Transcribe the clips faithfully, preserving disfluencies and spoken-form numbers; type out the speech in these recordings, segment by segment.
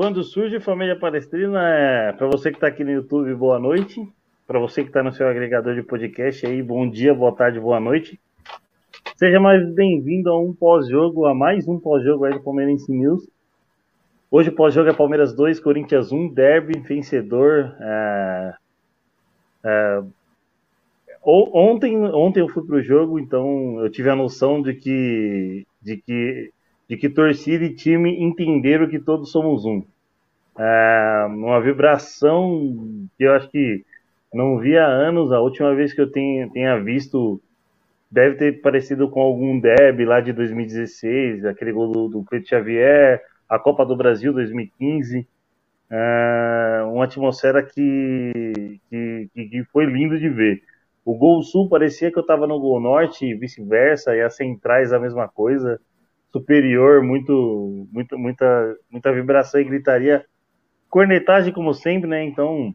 Quando surge Família Palestrina, é... para você que está aqui no YouTube, boa noite. Para você que está no seu agregador de podcast aí, bom dia, boa tarde, boa noite. Seja mais bem-vindo a um pós-jogo, a mais um pós-jogo aí do Palmeirense News. Hoje o pós-jogo é Palmeiras dois, Corinthians um, derby, vencedor. É... É... Ontem, ontem eu fui pro jogo, então eu tive a noção de que, de que, de que torcida e time entenderam que todos somos um. É uma vibração que eu acho que não vi há anos. A última vez que eu tenha, tenha visto deve ter parecido com algum derby lá de dois mil e dezesseis, aquele gol do, do Cleiton Xavier, a Copa do Brasil dois mil e quinze. É uma atmosfera que, que, que foi lindo de ver. O Gol Sul parecia que eu estava no Gol Norte e vice-versa, e as centrais a mesma coisa. Superior, muito, muito, muita, muita vibração e gritaria. Cornetagem, como sempre, né? Então,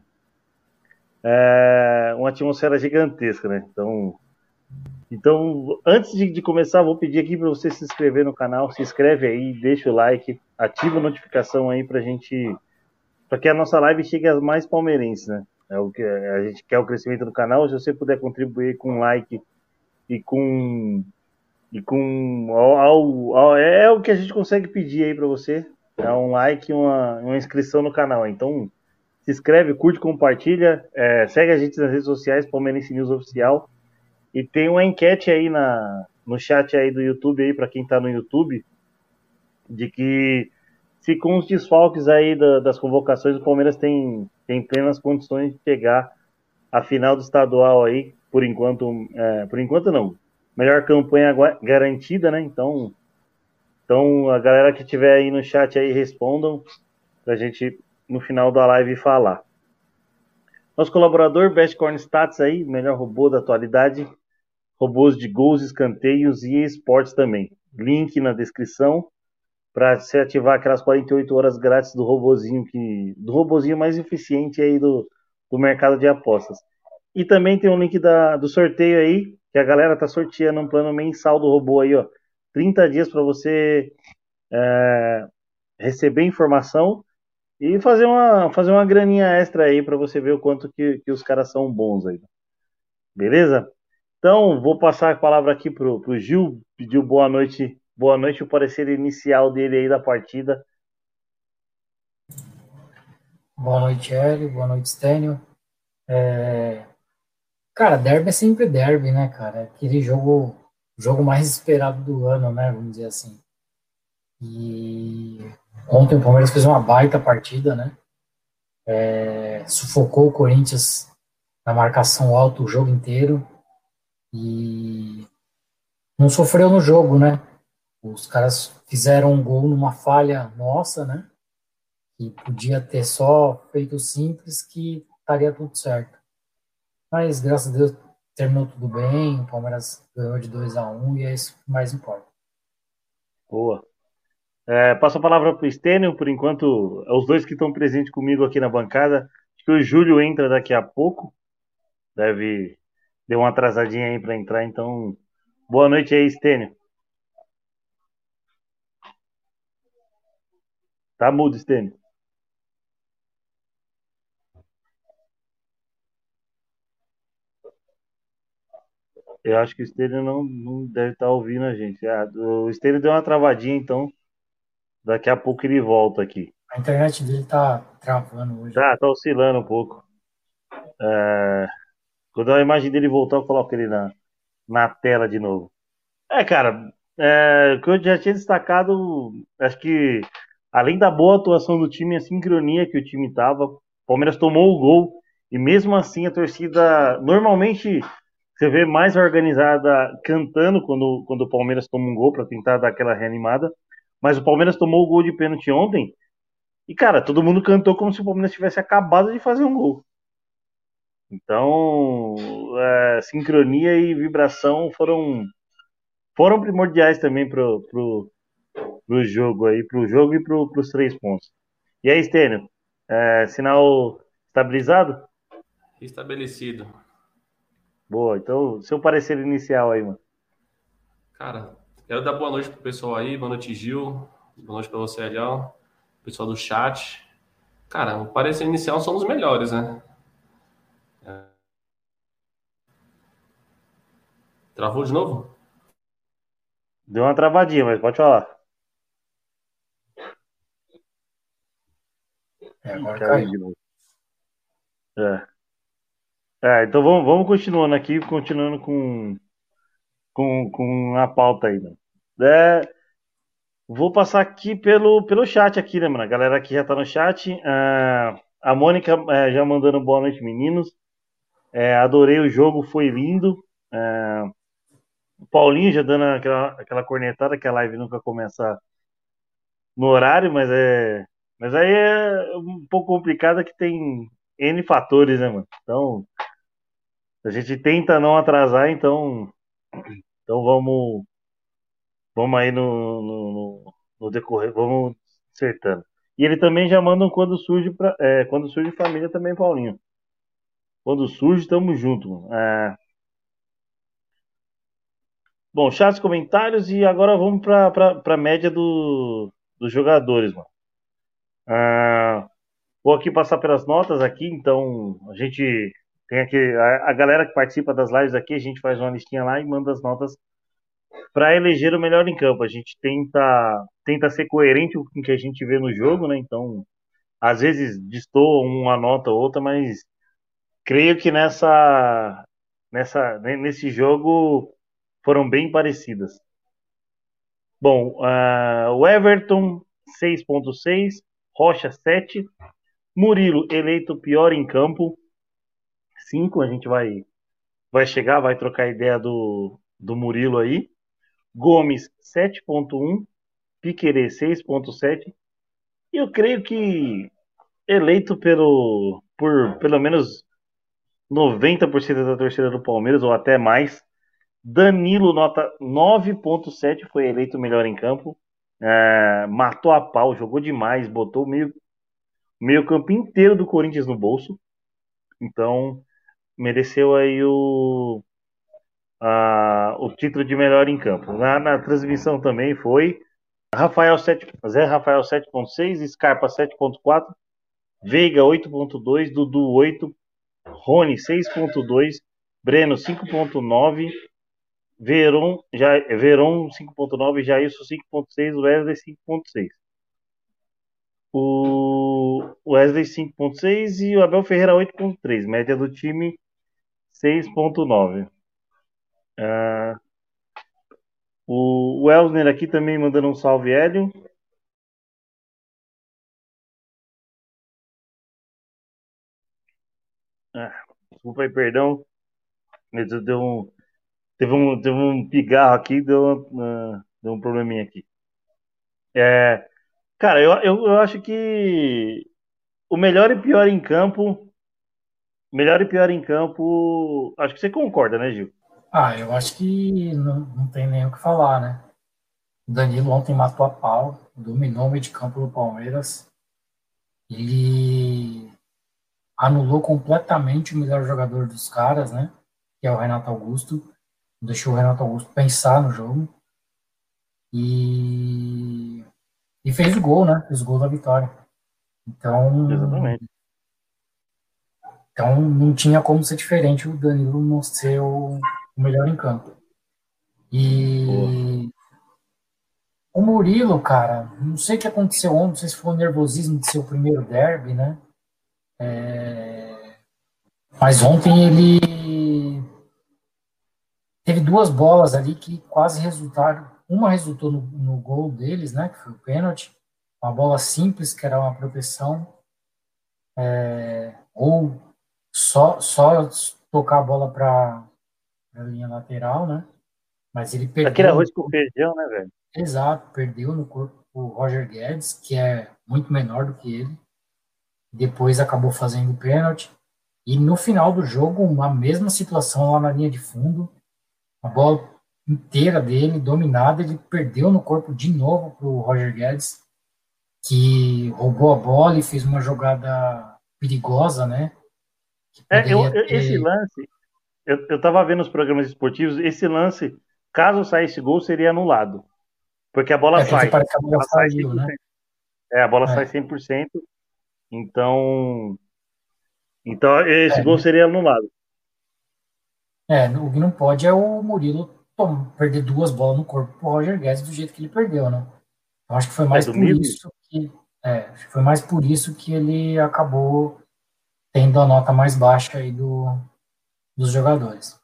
é uma atmosfera gigantesca, né? Então, então antes de, de começar, vou pedir aqui para você se inscrever no canal. Se inscreve aí, deixa o like, ativa a notificação aí pra gente, para que a nossa live chegue a mais palmeirenses, né? É o que a gente quer, o crescimento do canal. Se você puder contribuir com like e com e com ao, ao, ao, é o que a gente consegue pedir aí para você. É um like e uma, uma inscrição no canal. Então, se inscreve, curte, compartilha, é, segue a gente nas redes sociais, Palmeirense News Oficial. E tem uma enquete aí na, no chat aí do YouTube aí para quem está no YouTube, de que se com os desfalques aí da, das convocações, o Palmeiras tem, tem plenas condições de chegar à final do estadual aí, por enquanto, é, por enquanto não. Melhor campanha garantida, né? Então, então a galera que tiver aí no chat aí, respondam pra gente no final da live falar. Nosso colaborador, Best Corn Stats aí, melhor robô da atualidade, robôs de gols, escanteios e esportes também. Link na descrição para você ativar aquelas quarenta e oito horas grátis do robozinho que do robozinho mais eficiente aí do, do mercado de apostas. E também tem um link da, do sorteio aí, que a galera tá sorteando um plano mensal do robô aí, ó. trinta dias para você é, receber informação e fazer uma, fazer uma graninha extra aí para você ver o quanto que, que os caras são bons aí. Beleza? Então, vou passar a palavra aqui pro, pro Gil, pediu boa noite, boa noite, o parecer inicial dele aí da partida. Boa noite, Hélio, boa noite, Stênio. É... Cara, derby é sempre derby, né, cara? É aquele jogo, jogo mais esperado do ano, né, vamos dizer assim. E ontem o Palmeiras fez uma baita partida, né? É... Sufocou o Corinthians na marcação alta o jogo inteiro e não sofreu no jogo, né? Os caras fizeram um gol numa falha nossa, né? Que podia ter só feito simples que estaria tudo certo. Mas, graças a Deus, terminou tudo bem. O Palmeiras ganhou de dois a um e é isso que mais importa. Boa. É, passo a palavra para o Stênio, por enquanto, os dois que estão presentes comigo aqui na bancada. Acho que o Júlio entra daqui a pouco. Deve deu uma atrasadinha aí para entrar, então. Boa noite aí, Stênio. Tá mudo, Stênio. Eu acho que o Stênio não, não deve estar ouvindo a gente. Ah, o Stênio deu uma travadinha, então daqui a pouco ele volta aqui. A internet dele tá travando hoje. Tá, tá oscilando um pouco. É, quando a imagem dele voltar, eu coloco ele na, na tela de novo. É, cara, é, o que eu já tinha destacado, acho que além da boa atuação do time, a sincronia que o time tava, o Palmeiras tomou o gol e mesmo assim a torcida normalmente você vê mais organizada cantando quando, quando o Palmeiras toma um gol para tentar dar aquela reanimada, mas o Palmeiras tomou o gol de pênalti ontem e, cara, todo mundo cantou como se o Palmeiras tivesse acabado de fazer um gol. Então, é, sincronia e vibração foram foram primordiais também pro, pro, pro jogo aí, pro jogo e pro, pros três pontos. E aí, Stênio, é, sinal estabilizado? Estabelecido. Boa, então, seu parecer inicial aí, mano. Cara, quero dar boa noite pro pessoal aí, boa noite, Gil, boa noite pra você, Elião, pessoal do chat. Cara, o parecer inicial são os melhores, né? Travou de novo? Deu uma travadinha, mas pode falar. É, Ih, agora caiu caiu. de novo. É. É, então vamos, vamos continuando aqui, continuando com, com, com a pauta aí, mano. É, vou passar aqui pelo, pelo chat aqui, né, mano? A galera aqui já tá no chat. Ah, a Mônica é, já mandando boa noite, meninos. É, adorei o jogo, foi lindo. É, o Paulinho já dando aquela, aquela cornetada, que a live nunca começa no horário, mas é. Mas aí é um pouco complicado que tem N fatores, né, mano? Então, a gente tenta não atrasar, então, então vamos, vamos aí no, no, no- no decorrer, vamos acertando. E ele também já manda um quando surge pra, é, quando surge família também, Paulinho. Quando surge, tamo junto, mano. É, bom, chats, comentários e agora vamos pra, pra, pra média do, dos jogadores, mano. Ah, vou aqui passar pelas notas aqui, então a gente tem aqui a, a galera que participa das lives aqui, a gente faz uma listinha lá e manda as notas para eleger o melhor em campo. A gente tenta tenta ser coerente com o que a gente vê no jogo, né? Então, às vezes destoa uma nota ou outra, mas creio que nessa nessa nesse jogo foram bem parecidas. Bom, uh, o Everton seis ponto seis, Rocha sete, Murilo eleito pior em campo cinco. A gente vai vai chegar, vai trocar ideia do do Murilo aí. Gomes sete ponto um, Piquerez seis ponto sete. E eu creio que eleito pelo por pelo menos noventa por cento da torcida do Palmeiras ou até mais, Danilo nota nove ponto sete, foi eleito melhor em campo. É, matou a pau, jogou demais, botou o meio meio campo inteiro do Corinthians no bolso. Então, mereceu aí o a, o título de melhor em campo. Na, na transmissão também foi Rafael sete, Zé Rafael sete ponto seis, Scarpa sete ponto quatro, Veiga oito ponto dois, Dudu oito, Rony seis ponto dois, Breno cinco ponto nove, Veron, já, Veron cinco ponto nove, Jailson cinco ponto seis, Wesley cinco ponto seis. O Wesley cinco ponto seis e o Abel Ferreira oito ponto três, média do time seis ponto nove. Ah, o Welsner aqui também mandando um salve, Hélio. Ah, desculpa aí, perdão. Mas deu um, teve, um, teve um pigarro aqui, deu, uma, deu um probleminha aqui. É, cara, eu, eu, eu acho que o melhor e pior em campo, melhor e pior em campo, acho que você concorda, né, Gil? Ah, eu acho que não, não tem nem o que falar, né? O Danilo ontem matou a pau, dominou o meio de campo do Palmeiras. Ele anulou completamente o melhor jogador dos caras, né? Que é o Renato Augusto. Deixou o Renato Augusto pensar no jogo. E, e fez o gol, né? Fez o gol da vitória. Então, Exatamente. então não tinha como ser diferente o Danilo não ser o, o melhor em campo. Boa. E o Murilo, cara, não sei o que aconteceu ontem, não sei se foi o nervosismo de ser o primeiro derby, né? Mas ontem ele teve duas bolas ali que quase resultaram. Uma resultou no, no gol deles, né? Que foi o pênalti. Uma bola simples, que era uma proteção. É, ou só, só tocar a bola para a linha lateral, né? Mas ele Aquele perdeu no arroz com feijão, né, velho? exato, perdeu no corpo o Roger Guedes, que é muito menor do que ele. Depois acabou fazendo o pênalti. E no final do jogo, uma mesma situação lá na linha de fundo. A bola inteira dele, dominada, ele perdeu no corpo de novo para o Roger Guedes, que roubou a bola e fez uma jogada perigosa, né? Que É, eu, poderia eu- esse ter. lance, eu, eu tava vendo os programas esportivos, esse lance, caso saísse gol, seria anulado. Porque a bola É porque sai. parece que a bola Ela sai saiu, né? cem por cento. É, a bola sai É, cem por cento. Então, então esse É, gol não- seria anulado. é, o que não pode é o Murilo tom- perder duas bolas no corpo pro Roger Guedes do jeito que ele perdeu, né? Eu acho que foi É mais do por nível? isso que, é, acho que foi mais por isso que ele acabou tendo a nota mais baixa aí do, dos jogadores.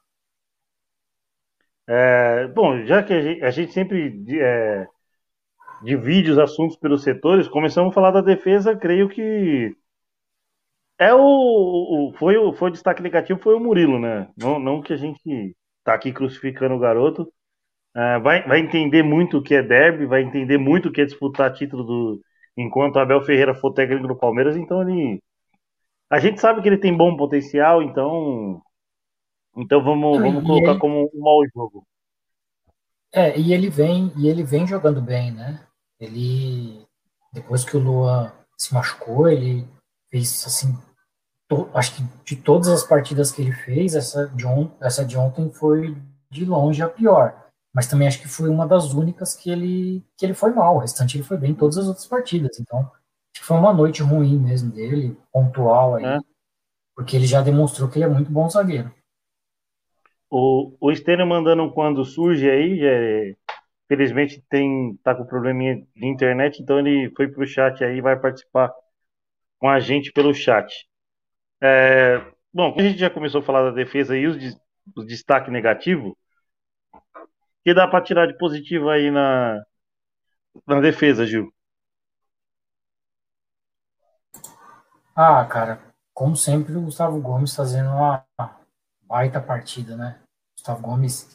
É, bom, já que a gente, a gente sempre é, divide os assuntos pelos setores, começamos a falar da defesa, creio que é o, o- foi o foi o destaque negativo foi o Murilo, né? Não, não que a gente tá aqui crucificando o garoto. É, vai, vai entender muito o que é derby, vai entender muito o que é disputar título do enquanto o Abel Ferreira for técnico do Palmeiras, então ele a gente sabe que ele tem bom potencial, então então vamos Não, vamos E colocar ele, como um mau jogo. é, e ele vem, e ele vem jogando bem, né? Ele, depois que o Luan se machucou, ele fez assim, to- acho que de todas as partidas que ele fez, essa de, on, essa de ontem foi de longe a pior. Mas também acho que foi uma das únicas que ele, que ele foi mal. O restante ele foi bem em todas as outras partidas. Então, acho que foi uma noite ruim mesmo dele, pontual Né? aí, porque ele já demonstrou que ele é muito bom zagueiro. O, o Stênio mandando quando surge aí, é, felizmente tem tá com probleminha de internet, então ele foi pro chat aí e vai participar com a gente pelo chat. É, bom, a gente já começou a falar da defesa e os, des- os destaque negativo, que dá para tirar de positivo aí na, na defesa, Gil? Ah, cara, como sempre, o Gustavo Gomes fazendo uma baita partida, né? Gustavo Gomes,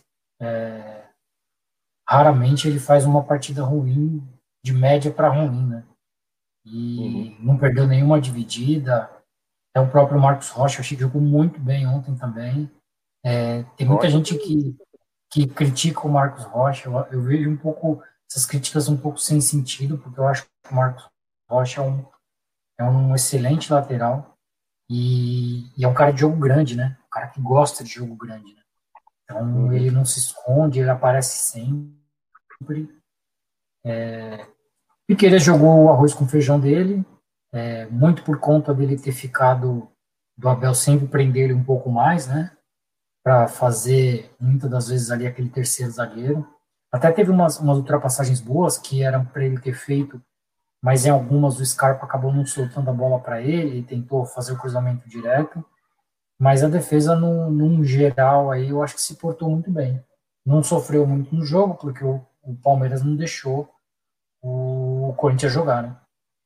raramente ele faz uma partida ruim, de média para ruim, né? Uhum. E não perdeu nenhuma dividida. É o próprio Marcos Rocha, eu achei que jogou muito bem ontem também. É, tem muita Rocha gente foi. que, que critica o Marcos Rocha, eu, eu vejo um pouco, essas críticas um pouco sem sentido, porque eu acho que o Marcos Rocha é um, é um excelente lateral e, e é um cara de jogo grande, né? Um cara que gosta de jogo grande, né? Então Uhum. ele não se esconde, ele aparece sempre. Piqueires jogou o arroz com feijão dele, é, muito por conta dele ter ficado, do Abel sempre prender ele um pouco mais, né? Para fazer muitas das vezes ali aquele terceiro zagueiro. Até teve umas, umas ultrapassagens boas que eram para ele ter feito, mas em algumas o Scarpa acabou não soltando a bola para ele e tentou fazer o cruzamento direto. Mas a defesa, no, num geral, aí eu acho que se portou muito bem. Não sofreu muito no jogo, porque o, o Palmeiras não deixou o Corinthians jogar, né?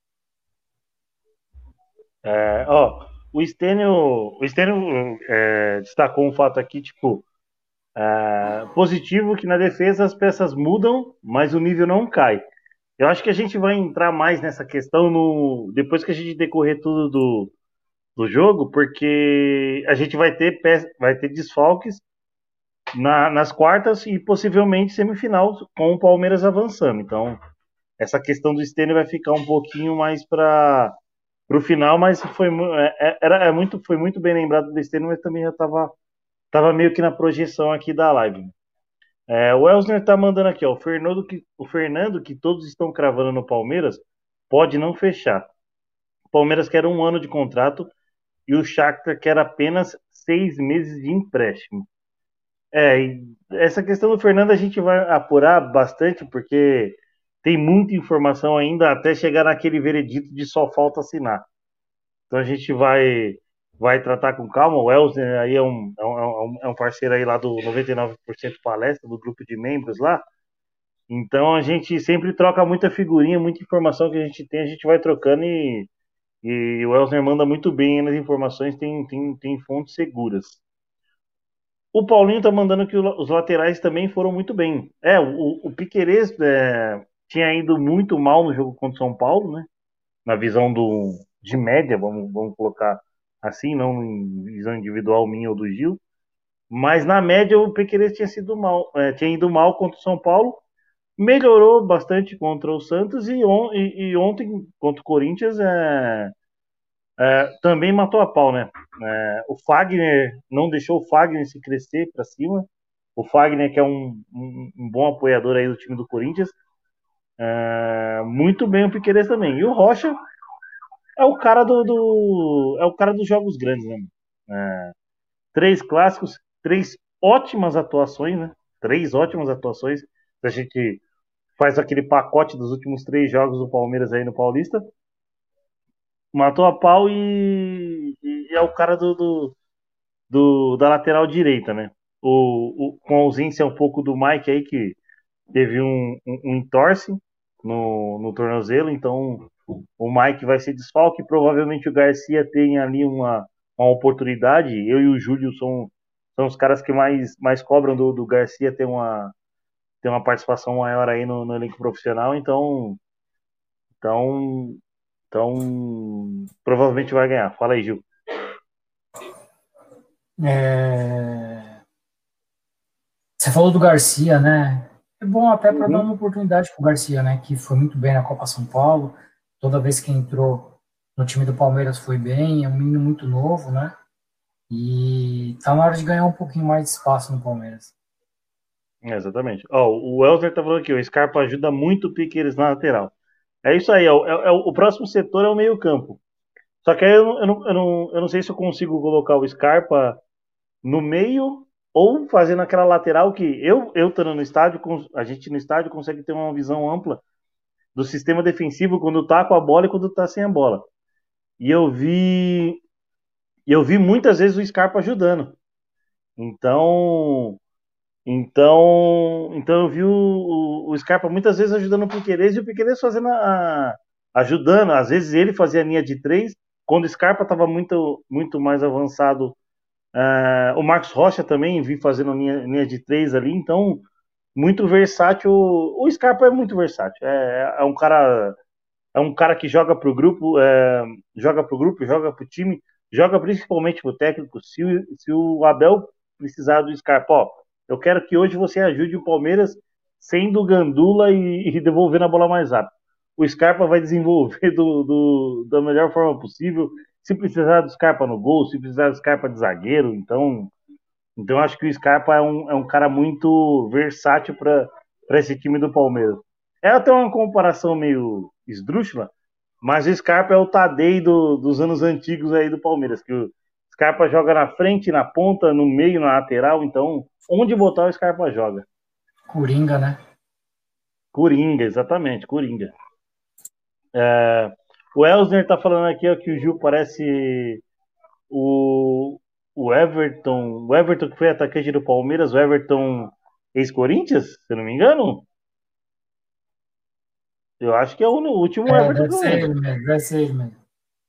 É, ó, o Stênio, o Stênio é, destacou um fato aqui, tipo, é, positivo que na defesa as peças mudam, mas o nível não cai. Eu acho que a gente vai entrar mais nessa questão no depois que a gente decorrer tudo do, do jogo, porque a gente vai ter pe- vai ter desfalques na- nas quartas e possivelmente semifinal com o Palmeiras avançando. Então, essa questão do Stênio vai ficar um pouquinho mais para o final, mas foi, mu- é, é- era, é muito, foi muito bem lembrado do Stênio, mas também já estava tava tava meio que na projeção aqui da live. É, o Elsner tá mandando aqui, ó, o Fernando, que, o Fernando, que todos estão cravando no Palmeiras, pode não fechar. O Palmeiras quer um ano de contrato e o Shakhtar quer apenas seis meses de empréstimo. É, e essa questão do Fernando a gente vai apurar bastante, porque tem muita informação ainda até chegar naquele veredito de só falta assinar. Então a gente vai vai tratar com calma. O Elsner aí é um, é um, é um parceiro aí lá do noventa e nove por cento Palestra, do grupo de membros lá. Então a gente sempre troca muita figurinha, muita informação que a gente tem, a gente vai trocando e, e o Elsner manda muito bem nas informações, tem, tem, tem fontes seguras. O Paulinho tá mandando que os laterais também foram muito bem. É, o, o Piquerez é, tinha ido muito mal no jogo contra o São Paulo, né? Na visão do, de média, vamos, vamos colocar assim, não em visão individual minha ou do Gil. Mas na média o Piquerez tinha sido mal, é, tinha ido mal contra o São Paulo, melhorou bastante contra o Santos e, on, e, e ontem contra o Corinthians é, é, também matou a pau, né? É, o Fagner não deixou o Fagner se crescer para cima. O Fagner, que é um, um, um, bom apoiador aí do time do Corinthians, é, muito bem o Piqueires também. E o Rocha, É o cara do, do- é o cara dos jogos grandes, né? É, três clássicos, três ótimas atuações, né? Três ótimas atuações. A gente faz aquele pacote dos últimos três jogos do Palmeiras aí no Paulista, matou a pau e, e é o cara do, do, do- da lateral direita, né? O, o- com a ausência um pouco do Mike aí, que teve um, um, um entorse no, no tornozelo, então o Mike vai ser desfalque. Provavelmente o Garcia tem ali uma, uma oportunidade. Eu e o Júlio são, são os caras que mais, mais cobram do, do Garcia ter uma, ter uma participação maior aí no, no elenco profissional, então, então, então provavelmente vai ganhar. Fala aí, Gil. É... Você falou do Garcia, né? É bom até para dar Uhum. uma oportunidade pro Garcia, né? Que foi muito bem na Copa São Paulo. Toda vez que entrou no time do Palmeiras foi bem. É um menino muito novo, né? E tá na hora de ganhar um pouquinho mais de espaço no Palmeiras. É, exatamente. Ó, o Elzer tá falando aqui, o Scarpa ajuda muito o Piqueires na lateral. É isso aí, ó, é, é, o próximo setor é o meio-campo. Só que aí eu, não- eu, não, eu, não, eu não sei se eu consigo colocar o Scarpa no meio ou fazendo aquela lateral que eu, eu estando no estádio, a gente no estádio consegue ter uma visão ampla do sistema defensivo quando tá com a bola e quando tá sem a bola. E eu vi, eu vi muitas vezes o Scarpa ajudando. Então, então, então eu vi o, o, Scarpa muitas vezes ajudando o Piquerez e o Piquerez fazendo a, ajudando. Às vezes ele fazia a linha de três, quando o Scarpa estava muito, muito mais avançado. Uh, o Marcos Rocha também vi fazendo linha, linha de três ali, então muito versátil. O Scarpa é muito versátil. É, é um cara, é um cara que joga pro grupo, é, joga pro grupo, joga pro time, joga principalmente pro técnico. Se, se o Abel precisar do Scarpa, ó, eu quero que hoje você ajude o Palmeiras sendo gandula e, e devolvendo a bola mais rápido. O Scarpa vai desenvolver do, do, da melhor forma possível. Se precisar do Scarpa no gol, se precisar do Scarpa de zagueiro, então, então acho que o Scarpa é um, é um cara muito versátil para esse time do Palmeiras. É até uma comparação meio esdrúxula, mas o Scarpa é o Tadei do, dos anos antigos aí do Palmeiras, que o Scarpa joga na frente, na ponta, no meio, na lateral, então onde botar o Scarpa joga. Coringa, né? Coringa, exatamente, Coringa. É, o Elsner tá falando aqui ó, que o Gil parece o, o Everton, o Everton que foi atacante do Palmeiras, o Everton ex-Corinthians, se eu não me engano. Eu acho que é o último É, Everton deve que eu ser lembro. ele mesmo, deve ser ele mesmo.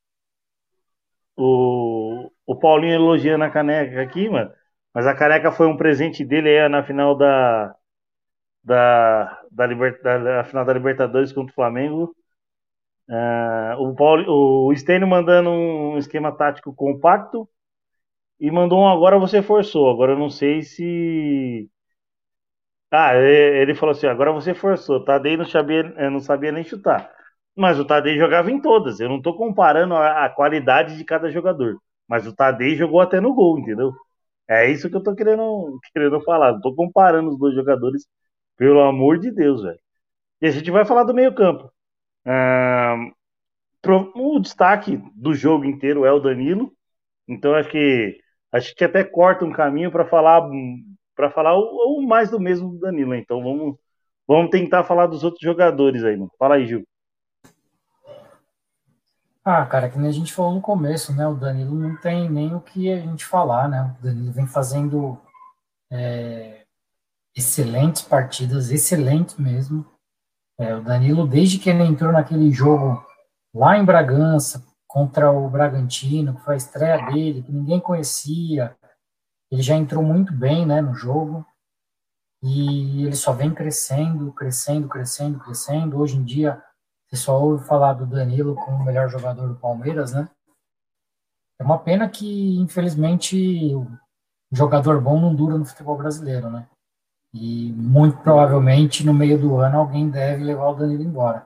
O, o Paulinho elogiando a caneca aqui, mano. Mas a caneca foi um presente dele aí na final da, da, da, Liber, da, da final da Libertadores contra o Flamengo. Uh, o, Paulo, o Stênio mandando um esquema tático compacto e mandou um agora você forçou. Agora eu não sei se. Ah, ele falou assim: agora você forçou. Tadei não sabia, não sabia nem chutar. Mas o Tadei jogava em todas. Eu não estou comparando a, a qualidade de cada jogador. Mas o Tadei jogou até no gol, entendeu? É isso que eu tô querendo, querendo falar. Não tô comparando os dois jogadores, pelo amor de Deus, velho. E a gente vai falar do meio-campo. Ah, o destaque do jogo inteiro é o Danilo. Então acho que acho que até corta um caminho para falar para falar o, o, mais do mesmo do Danilo. Então vamos vamos tentar falar dos outros jogadores aí, mano. Fala aí, Gil. Ah, cara, que nem a gente falou no começo, né? O Danilo não tem nem o que a gente falar, né? O Danilo vem fazendo é, excelentes partidas, excelentes mesmo. É, o Danilo, desde que ele entrou naquele jogo lá em Bragança, contra o Bragantino, que foi a estreia dele, que ninguém conhecia, ele já entrou muito bem, né, no jogo. E ele só vem crescendo, crescendo, crescendo, crescendo. Hoje em dia, você só ouve falar do Danilo como o melhor jogador do Palmeiras, né? É uma pena que, infelizmente, o jogador bom não dura no futebol brasileiro, né? E muito provavelmente no meio do ano alguém deve levar o Danilo embora.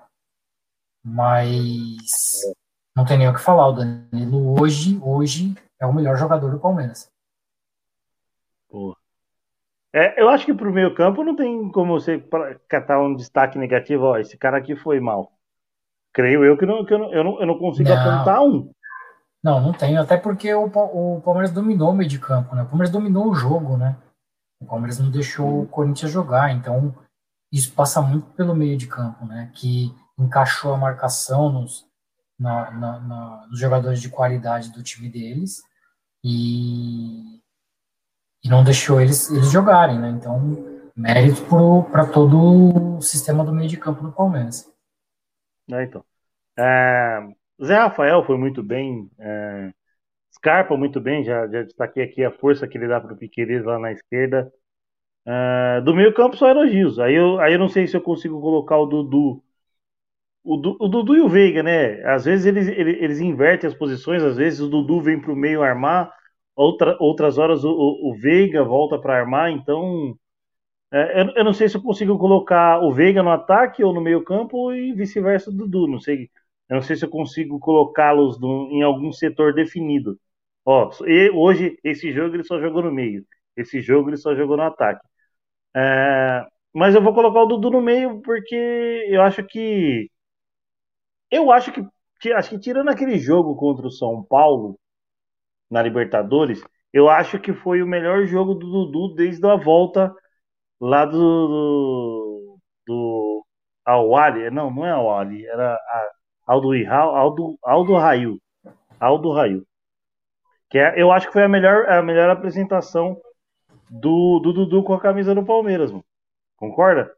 Mas não tem nem o que falar. O Danilo hoje, hoje é o melhor jogador do Palmeiras. Pô. É, eu acho que pro meio campo não tem como você catar um destaque negativo. Ó, esse cara aqui foi mal. creio eu que, não, que eu, não, eu, não, eu não consigo Não. apontar um. Não, não tenho, até porque o, Pa- o Palmeiras dominou o meio de campo, né? O Palmeiras dominou o jogo, né? O Palmeiras não deixou o Corinthians jogar, então isso passa muito pelo meio de campo, né? Que encaixou a marcação nos, na, na- na- nos jogadores de qualidade do time deles e, e não deixou eles, eles jogarem, né? Então, mérito para todo o sistema do meio de campo do Palmeiras. Né, então. É, Zé Rafael foi muito bem. É, Scarpa muito bem, já, já destaquei aqui a força que ele dá para o Piquerez lá na esquerda. É, do meio campo só elogios. Aí eu, aí eu não sei se eu consigo colocar o Dudu. O, Du- o Dudu e o Veiga, né? Às vezes eles, eles, eles invertem as posições, às vezes o Dudu vem para o meio armar, outra, outras horas o, o, o Veiga volta para armar, então é, eu, eu não sei se eu consigo colocar o Veiga no ataque ou no meio campo e vice-versa do Dudu, não sei. Eu não sei se eu consigo colocá-los no- em algum setor definido. Ó, e hoje, esse jogo ele só jogou no meio. Esse jogo ele só jogou no ataque. É, mas eu vou colocar o Dudu no meio porque eu acho que eu acho que, que- acho que tirando aquele jogo contra o São Paulo na Libertadores, eu acho que foi o melhor jogo do Dudu desde a volta lá do do, do Al-Ahly. Não, não é Al-Ahly, era a, Aldo Ihal- Aldo Aldo Rail, Aldo Rail. Que é, eu acho que foi a melhor a melhor apresentação do, do Dudu com a camisa do Palmeiras, mano. Concorda?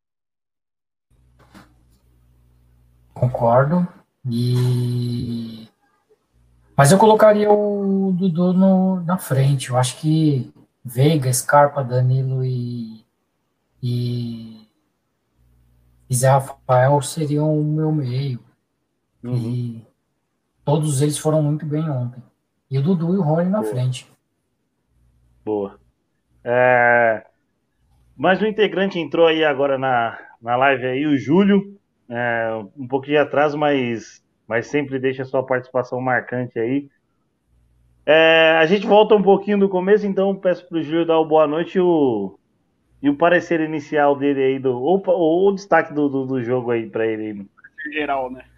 Concordo. E mas eu colocaria o Dudu no, na frente. Eu acho que Veiga, Scarpa, Danilo e, e, e Zé Rafael seriam o meu meio. Uhum. E todos eles foram muito bem ontem. E o Dudu e o Rony na Boa, frente. boa. É, mais um integrante entrou aí agora na, na live aí, o Júlio. É, um pouquinho de atraso, mas, mas sempre deixa a sua participação marcante aí. É, a gente volta um pouquinho do começo, então peço para o Júlio dar o boa noite e o, e o parecer inicial dele aí, do, ou, ou o destaque do, do, do jogo aí para ele. Aí. Em geral, né?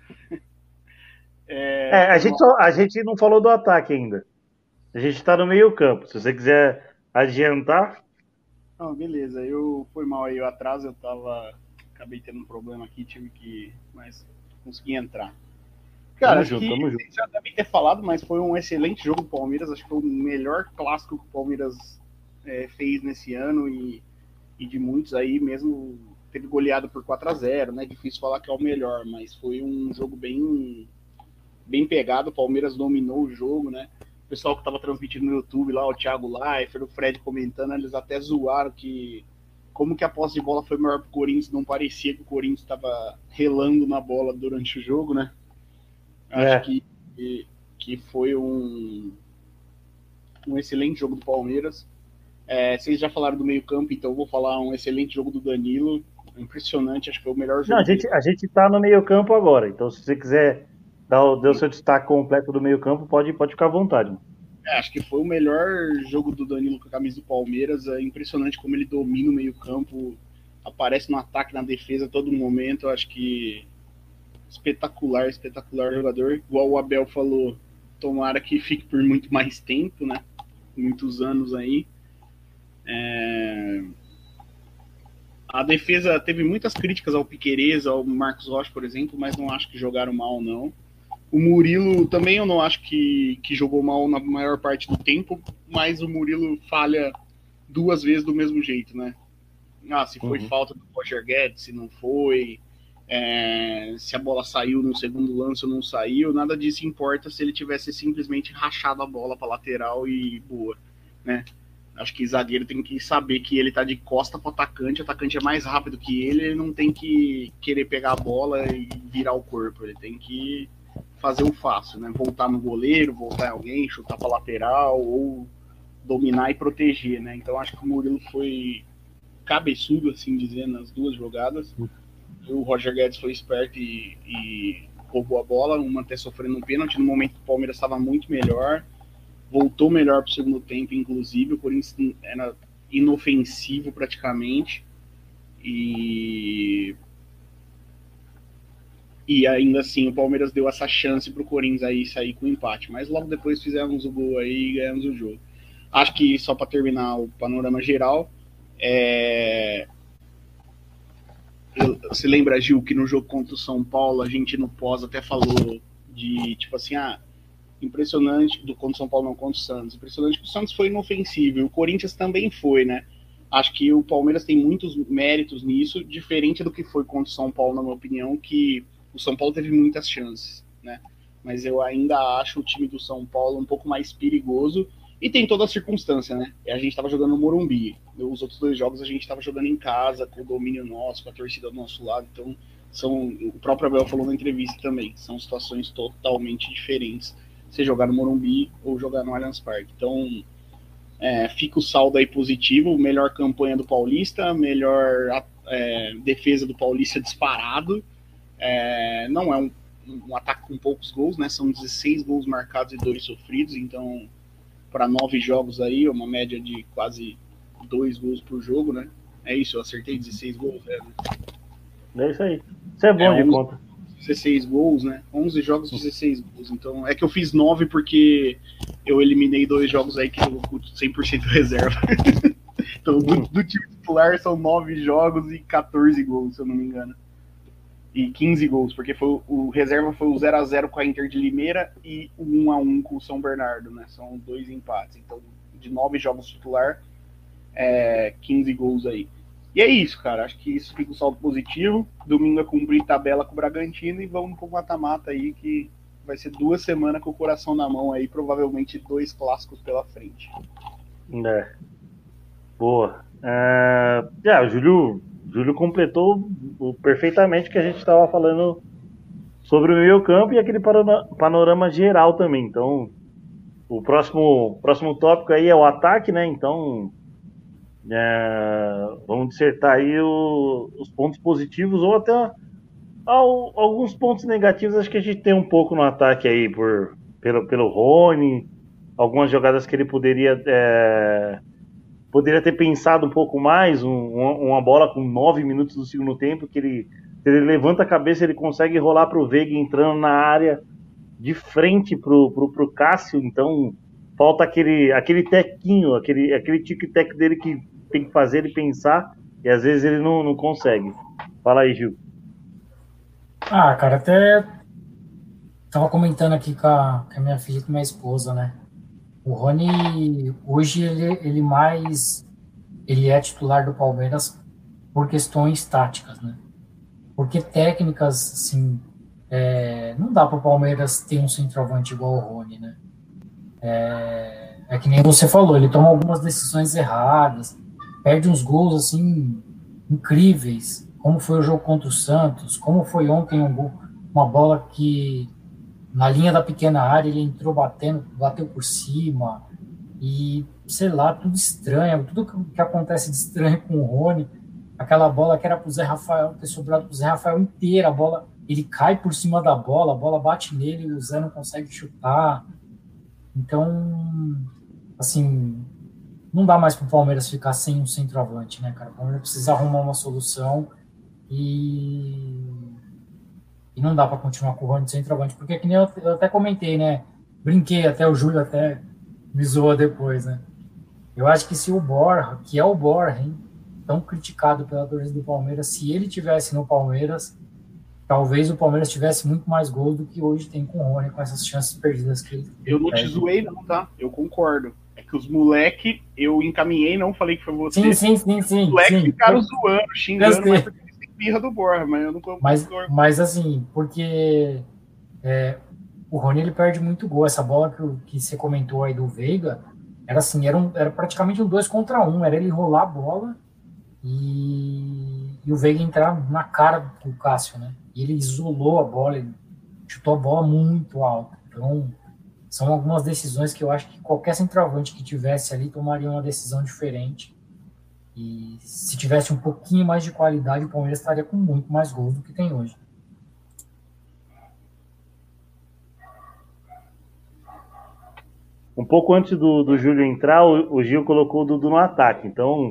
É, É, a foi gente, mal. só, a gente não falou do ataque ainda. A gente está no meio campo. Se você quiser adiantar. Não, beleza. Eu foi mal aí o atraso, eu tava. Acabei tendo um problema aqui, tive que. Mas consegui entrar. Cara, Tamo acho junto, que tamo junto. vocês já devem ter falado, mas foi um excelente jogo do Palmeiras. Acho que foi o melhor clássico que o Palmeiras é, fez nesse ano e, e de muitos aí, mesmo teve goleado por quatro a zero, né? Difícil falar que é o melhor, mas foi um jogo bem, bem pegado. O Palmeiras dominou o jogo, né? O pessoal que estava transmitindo no YouTube lá, o Thiago Leifert, o Fred comentando, eles até zoaram que como que a posse de bola foi maior pro Corinthians, não parecia que o Corinthians estava relando na bola durante o jogo, né? Acho É, que, que foi um, um excelente jogo do Palmeiras. É, vocês já falaram do meio campo, então eu vou falar um excelente jogo do Danilo. Impressionante, acho que foi o melhor não, a jogo dele. gente, a gente tá no meio campo agora. Então, se você quiser dar o, dar o seu destaque completo do meio campo, pode, pode ficar à vontade. É, acho que foi o melhor jogo do Danilo com a camisa do Palmeiras. É impressionante como ele domina o meio campo, aparece no ataque, na defesa a todo momento. Eu acho que espetacular, espetacular jogador. Igual o Abel falou, tomara que fique por muito mais tempo, né? Muitos anos aí. É... A defesa teve muitas críticas ao Piquerez, ao Marcos Rocha, por exemplo, mas não acho que jogaram mal, não. O Murilo também eu não acho que, que jogou mal na maior parte do tempo, mas o Murilo falha duas vezes do mesmo jeito, né? Ah, se foi Uhum. falta do Roger Guedes, se não foi, é, se a bola saiu no segundo lance ou não saiu, nada disso importa se ele tivesse simplesmente rachado a bola para lateral e boa, né? Acho que zagueiro tem que saber que ele tá de costa pro atacante, o atacante é mais rápido que ele, ele não tem que querer pegar a bola e virar o corpo, ele tem que fazer o fácil, né? Voltar no goleiro, voltar em alguém, chutar pra lateral ou dominar e proteger, né? Então acho que o Murilo foi cabeçudo, assim dizer, nas duas jogadas. E o Roger Guedes foi esperto e, e roubou a bola, uma até sofrendo um pênalti, no momento que o Palmeiras estava muito melhor, voltou melhor para o segundo tempo, inclusive, o Corinthians era inofensivo praticamente, e E ainda assim o Palmeiras deu essa chance pro Corinthians aí sair com empate. Mas logo depois fizemos o gol aí e ganhamos o jogo. Acho que só para terminar o panorama geral, é... você lembra, Gil, que no jogo contra o São Paulo a gente no pós até falou de tipo assim, ah, impressionante, do contra o São Paulo não, contra o Santos, impressionante que o Santos foi inofensivo e o Corinthians também foi, né? Acho que o Palmeiras tem muitos méritos nisso, diferente do que foi contra o São Paulo, na minha opinião, que o São Paulo teve muitas chances, né? Mas eu ainda acho o time do São Paulo um pouco mais perigoso e tem toda a circunstância, né? A gente estava jogando no Morumbi, os outros dois jogos a gente estava jogando em casa, com o domínio nosso, com a torcida do nosso lado, então são, o próprio Abel falou na entrevista também, são situações totalmente diferentes, você jogar no Morumbi ou jogar no Allianz Parque. Então, é, fica o saldo aí positivo, melhor campanha do Paulista, melhor é, defesa do Paulista disparado, é, não é um, um ataque com poucos gols, né? São dezesseis gols marcados e dois sofridos, então para nove jogos aí, uma média de quase dois gols por jogo, né? É isso, eu acertei dezesseis gols, é, né? É isso aí. Isso é bom é, de conta. dezesseis gols, né? onze jogos, dezesseis gols. Então, é que eu fiz nove porque eu eliminei dois jogos aí que jogou com cem por cento reserva. Então, do, do time titular são nove jogos e quatorze gols, se eu não me engano. E quinze gols, porque foi, o reserva foi o zero a zero com a Inter de Limeira e o um a um com o São Bernardo, né? São dois empates. Então, de nove jogos titular, é, quinze gols aí. E é isso, cara. Acho que isso fica um saldo positivo. Domingo é cumprir tabela com o Bragantino e vamos pro mata-mata aí, que vai ser duas semanas com o coração na mão aí, provavelmente dois clássicos pela frente. É. Boa. Uh, yeah, o Júlio, Júlio completou perfeitamente o que a gente estava falando sobre o meio campo e aquele panorama geral também. Então, o próximo, próximo tópico aí é o ataque, né? Então, é, vamos dissertar aí o, os pontos positivos ou até ao, alguns pontos negativos. Acho que a gente tem um pouco no ataque aí por, pelo, pelo Rony, algumas jogadas que ele poderia é, poderia ter pensado um pouco mais, um, uma bola com nove minutos do segundo tempo, que ele, ele levanta a cabeça, ele consegue rolar para o Veiga entrando na área de frente pro, pro, pro Cássio. Então falta aquele, aquele tequinho, aquele, aquele tic-tac dele que tem que fazer ele pensar, e às vezes ele não, não consegue. Fala aí, Gil. Ah, cara, até tava comentando aqui com a, com a minha filha e com a minha esposa, né? O Rony, hoje, ele, ele mais... Ele é titular do Palmeiras por questões táticas, né? Porque técnicas, assim... É, não dá para o Palmeiras ter um centroavante igual o Rony, né? É, é que nem você falou, ele toma algumas decisões erradas, perde uns gols, assim, incríveis, como foi o jogo contra o Santos, como foi ontem um gol, uma bola que na linha da pequena área ele entrou batendo, bateu por cima, e sei lá, tudo estranho, tudo que acontece de estranho com o Rony, aquela bola que era pro Zé Rafael, ter sobrado pro Zé Rafael inteira, a bola, ele cai por cima da bola, a bola bate nele e o Zé não consegue chutar. Então, assim, não dá mais pro Palmeiras ficar sem um centroavante, né, cara? O Palmeiras precisa arrumar uma solução e, e não dá para continuar com o Rony de centroavante, porque que nem eu, eu até comentei, né? Brinquei, até o Júlio até me zoa depois, né? Eu acho que se o Borja, que é o Borja, hein, tão criticado pela torcida do Palmeiras, se ele tivesse no Palmeiras, talvez o Palmeiras tivesse muito mais gols do que hoje tem com o Rony, com essas chances perdidas que ele Eu não perde. te zoei não, tá? Eu concordo. É que os moleque, eu encaminhei, não falei que foi você. Sim, sim, sim, sim. Os moleque sim. ficaram eu, zoando, xingando, eu mas porque eles têm birra do Borja, mas eu não concordo. Mas, mas assim, porque é, o Rony, ele perde muito gol. Essa bola que, que você comentou aí do Veiga, era assim, era, um, era praticamente um dois contra um, era ele rolar a bola e, e o Veiga entrar na cara do Cássio, né? E ele isolou a bola, ele chutou a bola muito alto. Então, são algumas decisões que eu acho que qualquer centroavante que tivesse ali tomaria uma decisão diferente. E se tivesse um pouquinho mais de qualidade, o Palmeiras estaria com muito mais gols do que tem hoje. Um pouco antes do, do Júlio entrar, o, o Gil colocou o Dudu no ataque. Então,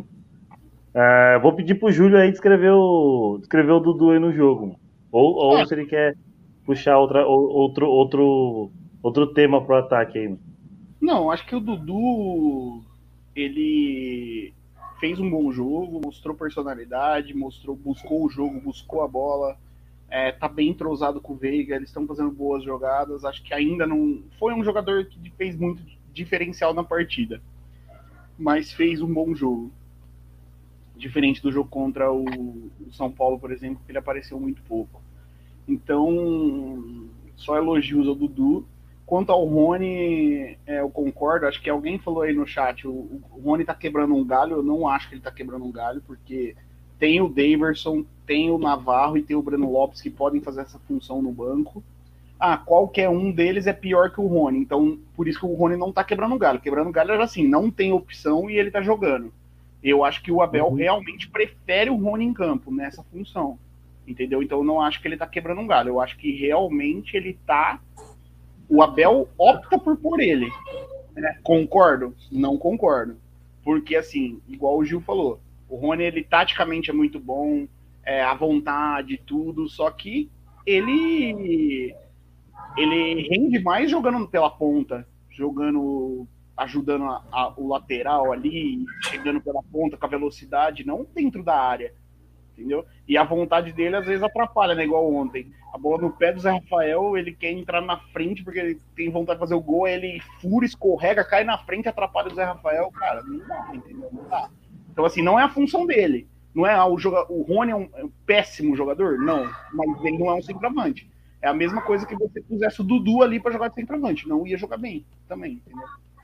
uh, vou pedir pro Júlio aí descrever o, descrever o Dudu aí no jogo. Ou, ou é. se ele quer puxar outra, outro, outro, outro tema pro ataque aí. Não, acho que o Dudu, ele fez um bom jogo, mostrou personalidade, mostrou, buscou o jogo, buscou a bola, é, tá bem entrosado com o Veiga, eles estão fazendo boas jogadas, acho que ainda não... Foi um jogador que fez muito diferencial na partida, mas fez um bom jogo. Diferente do jogo contra o, o São Paulo, por exemplo, que ele apareceu muito pouco. Então, só elogios ao Dudu. Quanto ao Rony, é, eu concordo, acho que alguém falou aí no chat, o, o Rony tá quebrando um galho, eu não acho que ele tá quebrando um galho, porque tem o Daverson, tem o Navarro e tem o Breno Lopes que podem fazer essa função no banco. Ah, qualquer um deles é pior que o Rony, então por isso que o Rony não tá quebrando um galho. Quebrando um galho era assim, não tem opção e ele tá jogando. Eu acho que o Abel uhum. realmente prefere o Rony em campo, nessa função, entendeu? Então eu não acho que ele tá quebrando um galho, eu acho que realmente ele tá... O Abel opta por pôr ele. Né? Concordo? Não concordo. Porque, assim, igual o Gil falou, o Rony, ele taticamente é muito bom, é, à vontade, tudo, só que ele ele rende mais jogando pela ponta, jogando, ajudando a, a, o lateral ali, chegando pela ponta com a velocidade, não dentro da área. Entendeu? E a vontade dele às vezes atrapalha, né? Igual ontem. A bola no pé do Zé Rafael, ele quer entrar na frente porque ele tem vontade de fazer o gol, ele fura, escorrega, cai na frente e atrapalha o Zé Rafael. Cara, não dá, entendeu? Não dá. Então, assim, não é a função dele. Não é o jogador. O Rony é um, é um péssimo jogador? Não. Mas ele não é um centroavante. É a mesma coisa que você pusesse o Dudu ali pra jogar de centroavante. Não ia jogar bem também, entendeu?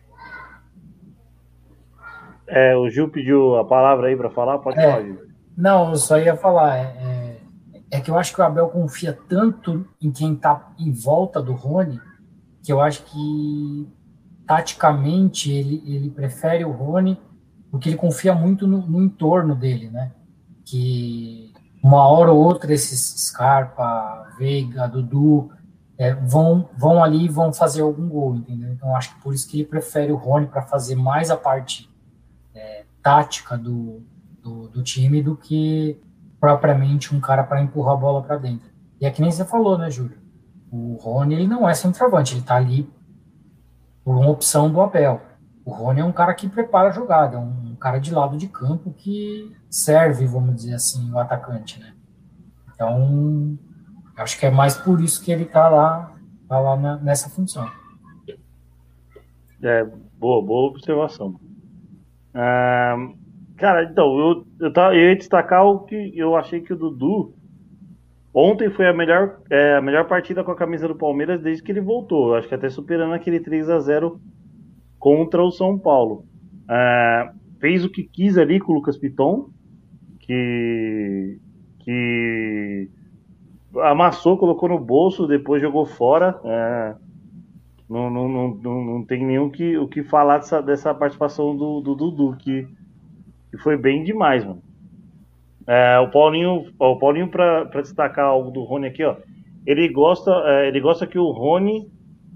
É, o Gil pediu a palavra aí pra falar, pode é. falar, Gil. Não, eu só ia falar, é, é que eu acho que o Abel confia tanto em quem tá em volta do Rony, que eu acho que taticamente ele, ele prefere o Rony, porque ele confia muito no, no entorno dele, né? Que uma hora ou outra esses Scarpa, Veiga, Dudu é, vão, vão ali e vão fazer algum gol, entendeu? Então eu acho que por isso que ele prefere o Rony para fazer mais a parte é, tática do Do, do time do que propriamente um cara para empurrar a bola para dentro. E é que nem você falou, né, Júlio? O Rony, ele não é centroavante, ele tá ali por uma opção do Abel. O Rony é um cara que prepara a jogada, é um cara de lado de campo que serve, vamos dizer assim, o atacante, né? Então, acho que é mais por isso que ele tá lá, tá lá na, nessa função. É, boa, boa observação. Ah, cara, então, eu, eu, tava, eu ia destacar o que eu achei que o Dudu ontem foi a melhor, é, a melhor partida com a camisa do Palmeiras desde que ele voltou. Eu acho que até superando aquele três a zero contra o São Paulo. Ah, fez o que quis ali com o Lucas Piton, que, que amassou, colocou no bolso, depois jogou fora. Ah, não, não, não, não, não tem nem o que, o que falar dessa, dessa participação do, do Dudu, que E foi bem demais, mano. É, o Paulinho, ó, o Paulinho para destacar algo do Rony aqui, ó. Ele gosta, é, ele gosta que o Rony,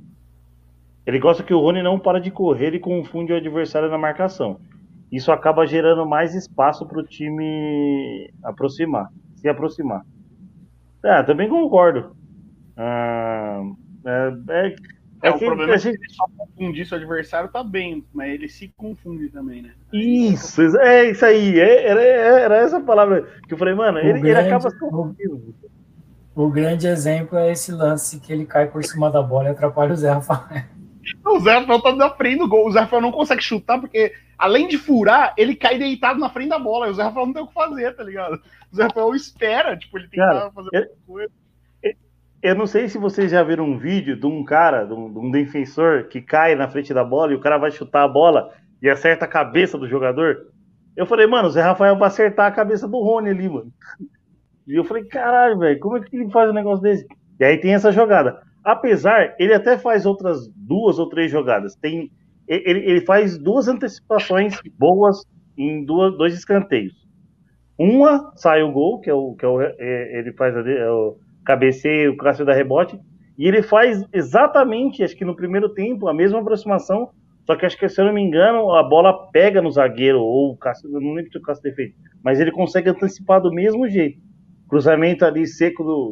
ele gosta que o Rony não para de correr e confunde o adversário na marcação. Isso acaba gerando mais espaço para o time aproximar, se aproximar. É, também concordo. Ah, é, é, É, é o que problema a gente... é que ele só confundir seu adversário, tá bem, mas ele se confunde também, né? Isso, é isso aí, é, era, era essa palavra que eu falei, mano, ele, grande, ele acaba se confundindo. O, o grande exemplo é esse lance que ele cai por cima da bola e atrapalha o Zé Rafael. O Zé Rafael tá na frente do gol, o Zé Rafael não consegue chutar, porque além de furar, ele cai deitado na frente da bola, e o Zé Rafael não tem o que fazer, tá ligado? O Zé Rafael espera, tipo, ele tentar fazer eu, alguma coisa. Eu não sei se vocês já viram um vídeo de um cara, de um, de um defensor que cai na frente da bola e o cara vai chutar a bola e acerta a cabeça do jogador. Eu falei, mano, o Zé Rafael vai acertar a cabeça do Rony ali, mano. E eu falei, caralho, velho, como é que ele faz um negócio desse? E aí tem essa jogada. Apesar, ele até faz outras duas ou três jogadas. Tem, ele, ele faz duas antecipações boas em duas, dois escanteios. Uma sai o gol, que é o que é o, é, ele faz ali, é o cabeceio, o Cássio dá rebote, e ele faz exatamente, acho que no primeiro tempo, a mesma aproximação, só que acho que, se eu não me engano, a bola pega no zagueiro, ou o Cássio, eu não lembro se o Cássio tem feito, mas ele consegue antecipar do mesmo jeito. Cruzamento ali seco, do,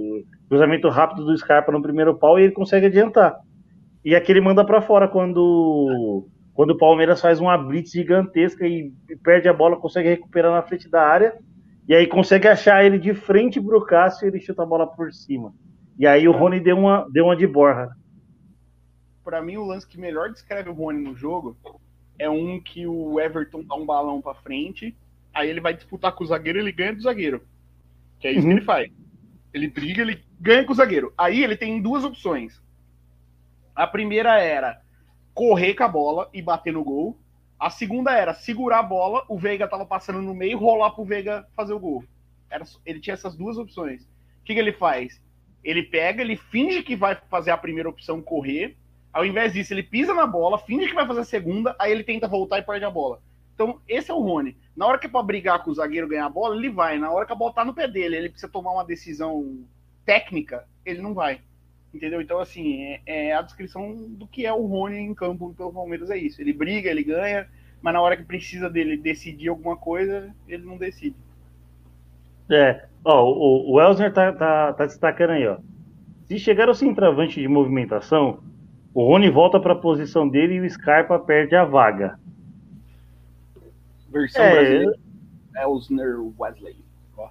cruzamento rápido do Scarpa no primeiro pau e ele consegue adiantar. E aquele manda para fora quando, quando o Palmeiras faz uma blitz gigantesca e perde a bola, consegue recuperar na frente da área, e aí consegue achar ele de frente pro Cássio e ele chuta a bola por cima. E aí o Rony deu uma, deu uma de Borja. Pra mim, o lance que melhor descreve o Rony no jogo é um que o Everton dá um balão pra frente, aí ele vai disputar com o zagueiro e ele ganha do zagueiro. Que é isso uhum. que ele faz. Ele briga, ele ganha com o zagueiro. Aí ele tem duas opções. A primeira era correr com a bola e bater no gol. A segunda era segurar a bola, o Veiga tava passando no meio, rolar pro Veiga fazer o gol. Era, ele tinha essas duas opções. O que, que ele faz? Ele pega, ele finge que vai fazer a primeira opção, correr. Ao invés disso, ele pisa na bola, finge que vai fazer a segunda, aí ele tenta voltar e perde a bola. Então, esse é o Rony. Na hora que é pra brigar com o zagueiro ganhar a bola, ele vai. Na hora que a bola tá no pé dele, ele precisa tomar uma decisão técnica, ele não vai. Entendeu? Então, assim, é, é a descrição do que é o Rony em campo pelo Palmeiras, é isso. Ele briga, ele ganha, mas na hora que precisa dele decidir alguma coisa, ele não decide. É, ó, o, o Elsner tá, tá, tá destacando aí, ó. Se chegar ao centroavante de movimentação, o Rony volta para a posição dele e o Scarpa perde a vaga. Versão é... brasileira. Elsner Wesley. Ó,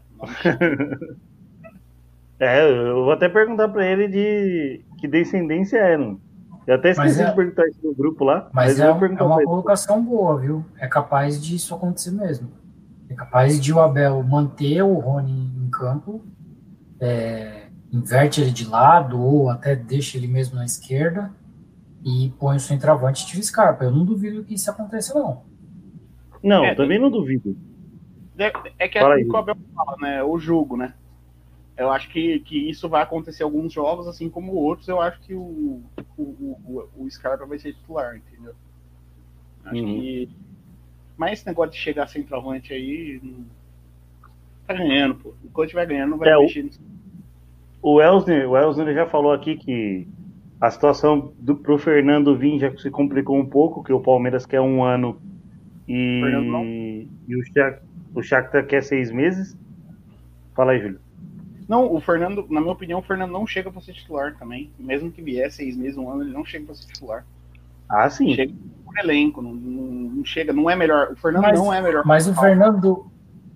é, eu vou até perguntar para ele de que descendência é, não? Eu até esqueci é... de perguntar isso no grupo lá. Mas, mas é, é uma colocação boa, viu? É capaz disso acontecer mesmo. É capaz de o Abel manter o Rony em campo, é, inverte ele de lado ou até deixa ele mesmo na esquerda e põe o centroavante e tira o Scarpa. Eu não duvido que isso aconteça, não. Não, é, também não duvido. É, é que é o que o Abel fala, né? O jogo, né? Eu acho que, que isso vai acontecer em alguns jogos, assim como outros. Eu acho que o, o, o, o Scarpa vai ser titular, entendeu? Acho uhum. que... Mas esse negócio de chegar centroavante aí... Não... Tá ganhando, pô. Enquanto estiver ganhando, não vai é, mexer nisso. O Elsner, o Elsner já falou aqui que a situação do, pro Fernando vir já se complicou um pouco, que o Palmeiras quer um ano e, e o, Shakhtar, o Shakhtar quer seis meses. Fala aí, Júlio. Não, o Fernando, na minha opinião, o Fernando não chega para ser titular também. Mesmo que vier seis meses, um ano, ele não chega para ser titular. Ah, sim. Chega por elenco, não, não, não chega, não é melhor. O Fernando mas, não é melhor. Mas o Fernando...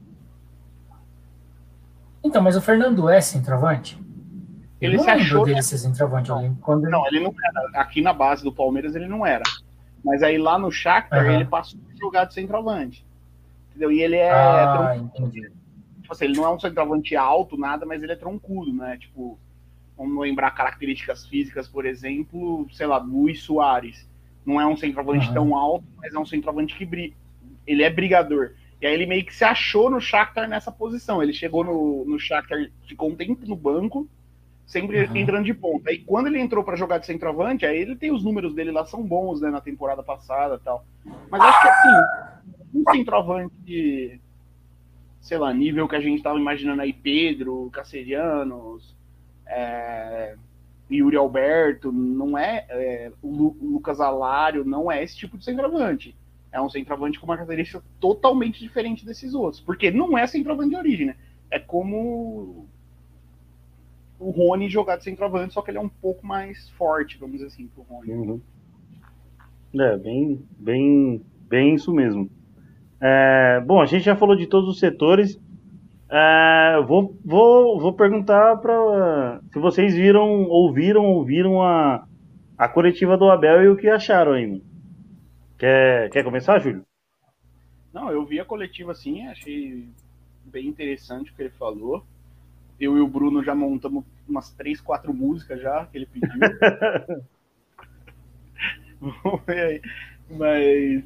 Então, mas o Fernando é centroavante? Ele não se achou dele ser centroavante. Não, quando ele... não, ele não era. Aqui na base do Palmeiras ele não era. Mas aí lá no Shakhtar uhum. ele passou a jogar de centroavante. Entendeu? E ele é... Ah, entendi. Tipo assim, ele não é um centroavante alto, nada, mas ele é troncudo, né? Tipo, vamos lembrar características físicas, por exemplo, sei lá, Luis Soares. Não é um centroavante uhum. tão alto, mas é um centroavante que briga. Ele é brigador. E aí ele meio que se achou no Shakhtar nessa posição. Ele chegou no, no Shakhtar, ficou um tempo no banco, sempre uhum. entrando de ponta. Aí quando ele entrou para jogar de centroavante, aí ele tem os números dele lá, são bons, né, na temporada passada e tal. Mas acho que assim, um centroavante de, sei lá, nível que a gente tava imaginando aí, Pedro, Cacerianos, é, Yuri Alberto, não é, é o, Lu, o Lucas Alário, não é esse tipo de centroavante. É um centroavante com uma característica totalmente diferente desses outros. Porque não é centroavante de origem, né? É como o Rony jogar de centroavante, só que ele é um pouco mais forte, vamos dizer assim, pro Rony. Uhum. É, bem, bem, bem isso mesmo. É, bom, a gente já falou de todos os setores. É, vou, vou, vou perguntar para se vocês viram, ouviram, ouviram a, a coletiva do Abel e o que acharam aí, mano. Quer, quer começar, Júlio? Não, eu vi a coletiva assim, achei bem interessante o que ele falou. Eu e o Bruno já montamos umas três, quatro músicas já que ele pediu. Vamos ver aí. Mas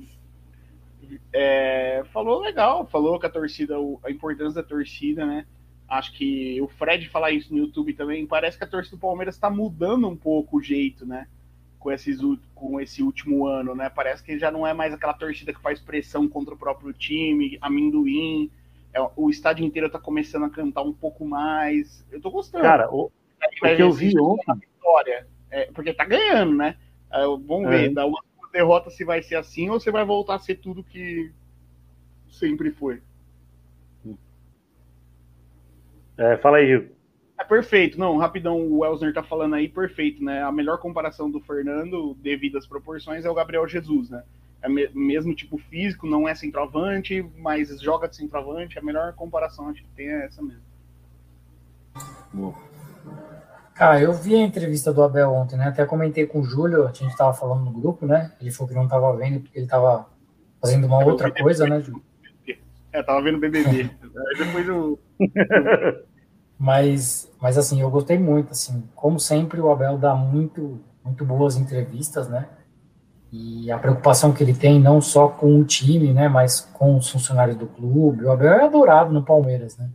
é, falou legal, falou que a torcida, a importância da torcida, né? Acho que o Fred falar isso no YouTube também, parece que a torcida do Palmeiras está mudando um pouco o jeito, né? Com, esses, com esse último ano, né? Parece que já não é mais aquela torcida que faz pressão contra o próprio time, amendoim. É, o estádio inteiro tá começando a cantar um pouco mais. Eu tô gostando. Cara, o, o que eu vi ontem... Vitória, é, porque tá ganhando, né? É, vamos ver, é. da uma derrota se vai ser assim ou se vai voltar a ser tudo que sempre foi. É, fala aí, Gil. É perfeito. Não, rapidão, o Elsner tá falando aí, perfeito, né? A melhor comparação do Fernando, devido às proporções, é o Gabriel Jesus, né? É me- mesmo tipo físico, não é centroavante, mas joga de centroavante. A melhor comparação acho que tem é essa mesmo. Cara, eu vi a entrevista do Abel ontem, né? Até comentei com o Júlio, a gente tava falando no grupo, né? Ele falou que não tava vendo porque ele tava fazendo uma outra coisa, né, Júlio? É, tava vendo B B B. Aí depois eu... Mas, mas assim, eu gostei muito, assim, como sempre o Abel dá muito, muito boas entrevistas, né? E a preocupação que ele tem não só com o time, né, mas com os funcionários do clube. O Abel é adorado no Palmeiras, né?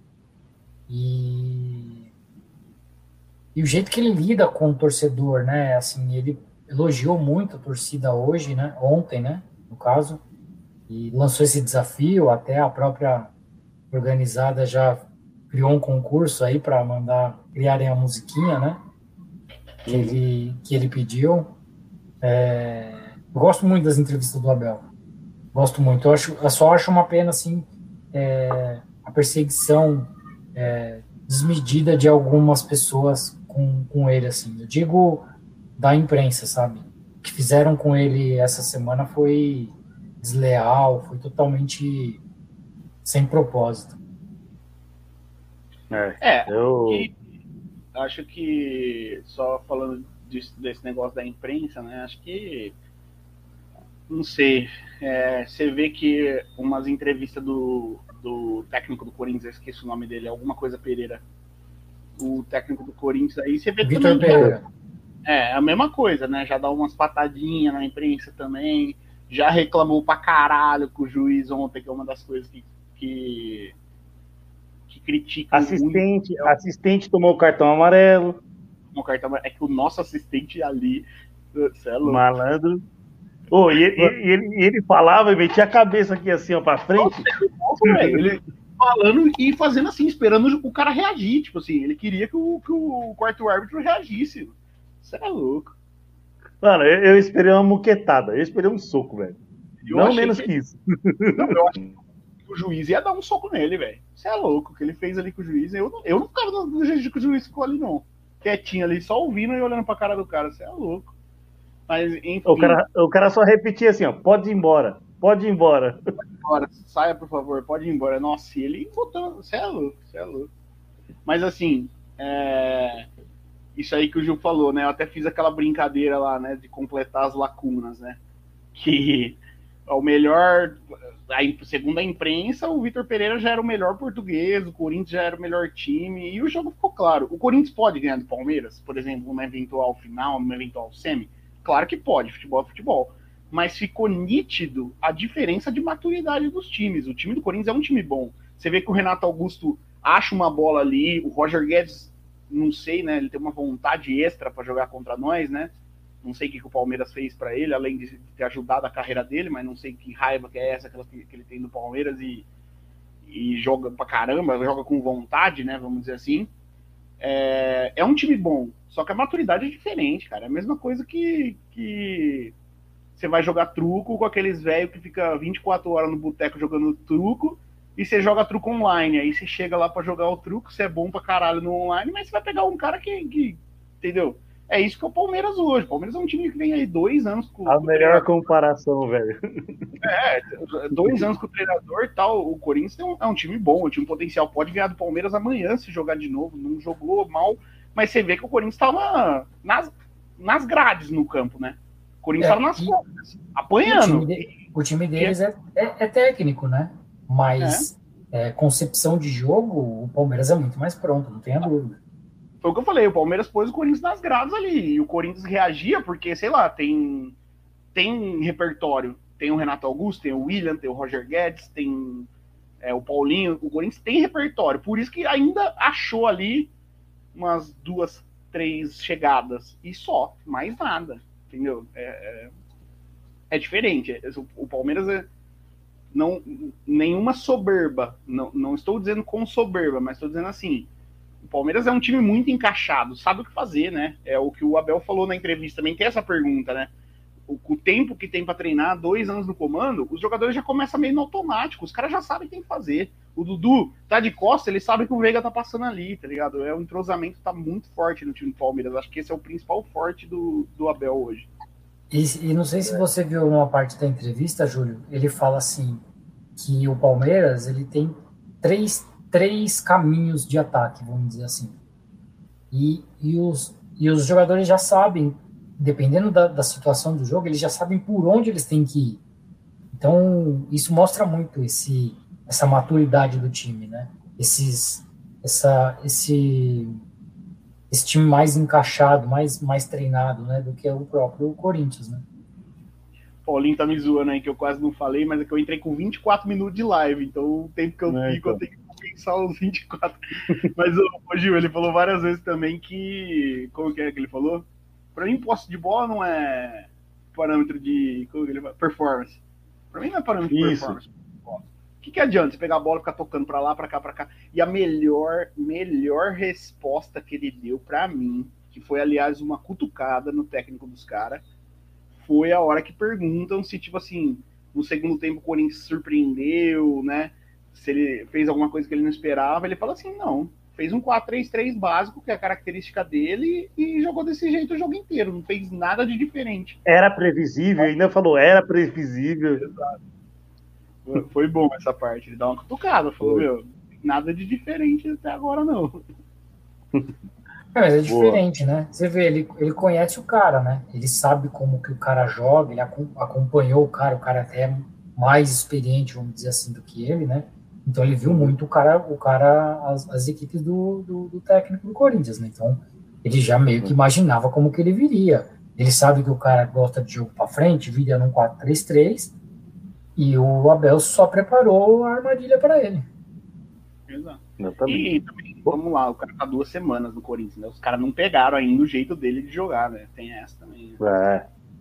E, e o jeito que ele lida com o torcedor, né? Assim, ele elogiou muito a torcida hoje, né? Ontem, né? No caso, e lançou esse desafio, até a própria organizada já criou um concurso aí para mandar criarem a musiquinha, né? Que ele, que ele pediu. É, eu gosto muito das entrevistas do Abel. Gosto muito. Eu, acho, eu só acho uma pena, assim, é, a perseguição é, desmedida de algumas pessoas com, com ele, assim. Eu digo da imprensa, sabe? O que fizeram com ele essa semana foi desleal, foi totalmente sem propósito. É, É, eu... e acho que, só falando disso, desse negócio da imprensa, né? Acho que, não sei, é, você vê que umas entrevistas do, do técnico do Corinthians, eu esqueci o nome dele, alguma coisa Pereira, o técnico do Corinthians, aí você vê Vitor também que Pereira. é a mesma coisa, né? Já dá umas patadinhas na imprensa também, já reclamou pra caralho com o juiz ontem, que é uma das coisas que, que, que critica Assistente, muito. assistente tomou o cartão amarelo. No cartão, é que o nosso assistente ali, você é louco. Malandro. Oh, e, ele, e ele, e ele falava e metia a cabeça aqui assim, ó, pra frente. Nossa, véio, ele falando e fazendo assim, esperando o cara reagir. Tipo assim, ele queria que o, que o quarto árbitro reagisse. Você é louco. Mano, eu, eu esperei uma muquetada. Eu esperei um soco, velho. Não menos que, que isso. Não, eu acho que o juiz ia dar um soco nele, velho. Você é louco. O que ele fez ali com o juiz, eu não, eu não ficava do jeito que o juiz ficou ali, não. Quietinho ali, só ouvindo e olhando pra cara do cara. Você é louco. Mas, enfim. O cara, o cara só repetia assim, ó, pode ir embora, pode ir embora. Pode ir embora, saia, por favor, pode ir embora. Nossa, e ele botando, você é louco, você é louco. Mas, assim, é... isso aí que o Gil falou, né? Eu até fiz aquela brincadeira lá, né, de completar as lacunas, né? Que o melhor, a, segundo a imprensa, o Vitor Pereira já era o melhor português, o Corinthians já era o melhor time, e o jogo ficou claro. O Corinthians pode ganhar do Palmeiras, por exemplo, numa eventual final, numa eventual semi? Claro que pode, futebol é futebol. Mas ficou nítido a diferença de maturidade dos times. O time do Corinthians é um time bom. Você vê que o Renato Augusto acha uma bola ali, o Roger Guedes, não sei, né? Ele tem uma vontade extra para jogar contra nós, né? Não sei o que, que o Palmeiras fez para ele, além de ter ajudado a carreira dele, mas não sei que raiva que é essa que ele tem do Palmeiras e, e joga pra caramba, joga com vontade, né? Vamos dizer assim. É, é um time bom, só que a maturidade é diferente, cara. É a mesma coisa que, que você vai jogar truco com aqueles velhos que fica vinte e quatro horas no boteco jogando truco e você joga truco online. Aí você chega lá pra jogar o truco, você é bom pra caralho no online, mas você vai pegar um cara que, que entendeu? É isso que é o Palmeiras hoje. O Palmeiras é um time que vem aí dois anos com a com melhor o comparação, velho. É, dois anos com o treinador e tal. O Corinthians é um, é um time bom, um time potencial. Pode ganhar do Palmeiras amanhã se jogar de novo. Não jogou mal, mas você vê que o Corinthians estava nas, nas grades no campo, né? O Corinthians estava é, nas costas, apanhando. O time, de, o time deles é, é, é técnico, né? Mas é. É, concepção de jogo, o Palmeiras é muito mais pronto, não tenha dúvida. Foi o que eu falei, o Palmeiras pôs o Corinthians nas grades ali, e o Corinthians reagia porque, sei lá, tem, tem repertório, tem o Renato Augusto, tem o William, tem o Roger Guedes, tem é, o Paulinho, o Corinthians tem repertório, por isso que ainda achou ali umas duas, três chegadas, e só, mais nada, entendeu? É, é, é diferente, o Palmeiras é não, nenhuma soberba, não, não estou dizendo com soberba, mas estou dizendo assim, o Palmeiras é um time muito encaixado, sabe o que fazer, né? É o que o Abel falou na entrevista, também tem essa pergunta, né? o, o tempo que tem para treinar, dois anos no comando, os jogadores já começam meio no automático, os caras já sabem o que tem que fazer. O Dudu tá de costa, ele sabe que o Veiga tá passando ali, tá ligado? É, o entrosamento tá muito forte no time do Palmeiras. Acho que esse é o principal forte do, do Abel hoje. E, e não sei se você viu uma parte da entrevista, Júlio, ele fala assim, que o Palmeiras, ele tem três, três caminhos de ataque, vamos dizer assim. E, e, os, e os jogadores já sabem, dependendo da, da situação do jogo, eles já sabem por onde eles têm que ir. Então, isso mostra muito esse, essa maturidade do time, né? Esses, essa, esse, esse time mais encaixado, mais, mais treinado, né? Do que o próprio Corinthians, né? Paulinho tá me zoando aí, que eu quase não falei, mas é que eu entrei com vinte e quatro minutos de live, então o tempo que eu é, fico, então. eu tenho que pensar os vinte e quatro. Mas o, o Gil, ele falou várias vezes também que... Como que é que ele falou? Pra mim, posse de bola não é parâmetro de... Como que ele fala? Performance. Pra mim não é parâmetro de Isso. performance. O que, que adianta você pegar a bola e ficar tocando pra lá, pra cá, pra cá? E a melhor, melhor resposta que ele deu pra mim, que foi, aliás, uma cutucada no técnico dos caras, foi a hora que perguntam se, tipo assim, no segundo tempo o Corinthians surpreendeu, né? Se ele fez alguma coisa que ele não esperava. Ele fala assim, não. Fez um quatro três três básico, que é a característica dele, e jogou desse jeito o jogo inteiro. Não fez nada de diferente. Era previsível, ainda falou, era previsível. Exato. Foi bom essa parte. Ele dá uma cutucada. Falou, Foi. meu, nada de diferente até agora, não. É, mas é diferente, Boa. né? Você vê, ele, ele conhece o cara, né? Ele sabe como que o cara joga, ele acompanhou o cara, o cara até é mais experiente, vamos dizer assim, do que ele, né? Então ele viu muito o cara, o cara as, as equipes do, do, do técnico do Corinthians, né? Então ele já meio que imaginava como que ele viria. Ele sabe que o cara gosta de jogo para frente, viria num quatro três três, e o Abel só preparou a armadilha para ele. Exato. Exatamente. E também, vamos lá, o cara tá duas semanas no Corinthians, né? Os caras não pegaram ainda o jeito dele de jogar, né? Tem essa também. Né? É.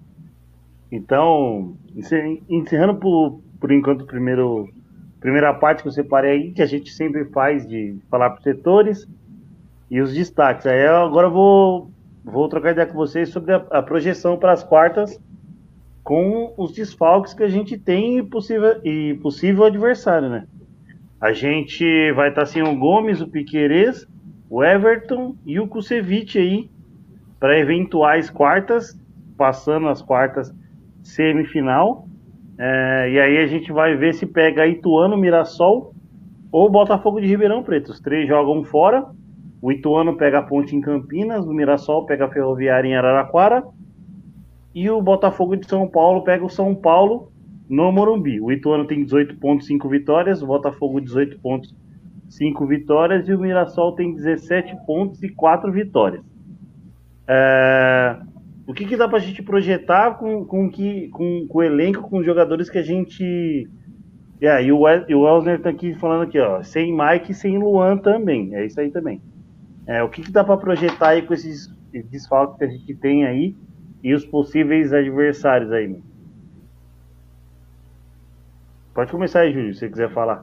Então, encerrando por, por enquanto o primeiro, primeira parte que eu separei aí, que a gente sempre faz de falar para os setores e os destaques. Aí eu agora vou, vou trocar ideia com vocês sobre a, a projeção para as quartas com os desfalques que a gente tem e possível, e possível adversário, né? A gente vai estar sem o Gomes, o Piquerez, o Everton e o Kusevich aí para eventuais quartas, passando as quartas semifinal. É, e aí a gente vai ver se pega Ituano, Mirassol ou Botafogo de Ribeirão Preto. Os três jogam fora. O Ituano pega a Ponte em Campinas, o Mirassol pega a Ferroviária em Araraquara e o Botafogo de São Paulo pega o São Paulo no Morumbi. O Ituano tem dezoito pontos, cinco vitórias, o Botafogo dezoito pontos, cinco vitórias e o Mirassol tem dezessete pontos e quatro vitórias. É... O que, que dá pra gente projetar com, com, que, com, com o elenco, com os jogadores que a gente... Yeah, e o Welsner tá aqui falando aqui, ó, sem Mike e sem Luan também, é isso aí também. É, o que, que dá pra projetar aí com esses desfalques que a gente tem aí e os possíveis adversários aí, mano? Pode começar aí, Júlio, se você quiser falar.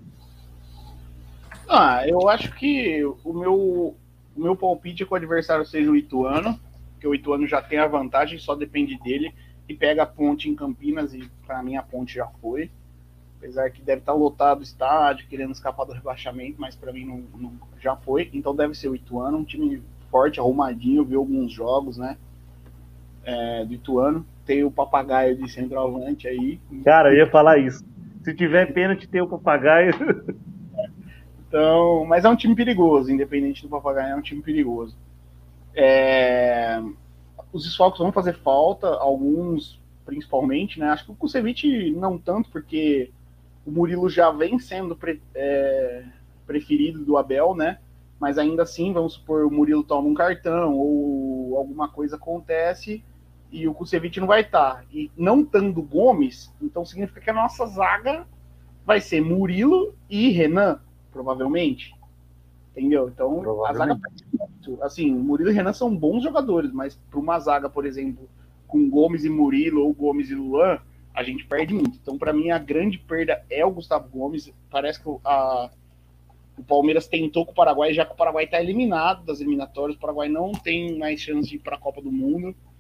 Ah, eu acho que o meu, o meu palpite é que o adversário seja o Ituano, porque o Ituano já tem a vantagem, só depende dele, e pega a Ponte em Campinas, e para mim a Ponte já foi. Apesar que deve estar lotado o estádio, querendo escapar do rebaixamento, mas para mim não, não, já foi. Então deve ser o Ituano, um time forte, arrumadinho, vi alguns jogos, né, é, do Ituano. Tem o Papagaio de centroavante aí. Cara, eu ia falar isso. Se tiver pênalti, tem o Papagaio. Então, mas é um time perigoso, independente do Papagaio, é um time perigoso. É... Os desfalques vão fazer falta, alguns principalmente, né? Acho que o Kusevich não tanto, porque o Murilo já vem sendo pre... é... preferido do Abel, né? Mas ainda assim, vamos supor, o Murilo toma um cartão ou alguma coisa acontece e o Kusevich não vai estar. E não estando Gomes, então significa que a nossa zaga vai ser Murilo e Renan, provavelmente. Entendeu? Então, a zaga perde muito. Assim, Murilo e Renan são bons jogadores, mas para uma zaga, por exemplo, com Gomes e Murilo ou Gomes e Luan, a gente perde muito. Então, para mim, a grande perda é o Gustavo Gomes. Parece que a, o Palmeiras tentou com o Paraguai, já que o Paraguai está eliminado das eliminatórias. O Paraguai não tem mais chance de ir para a Copa do Mundo.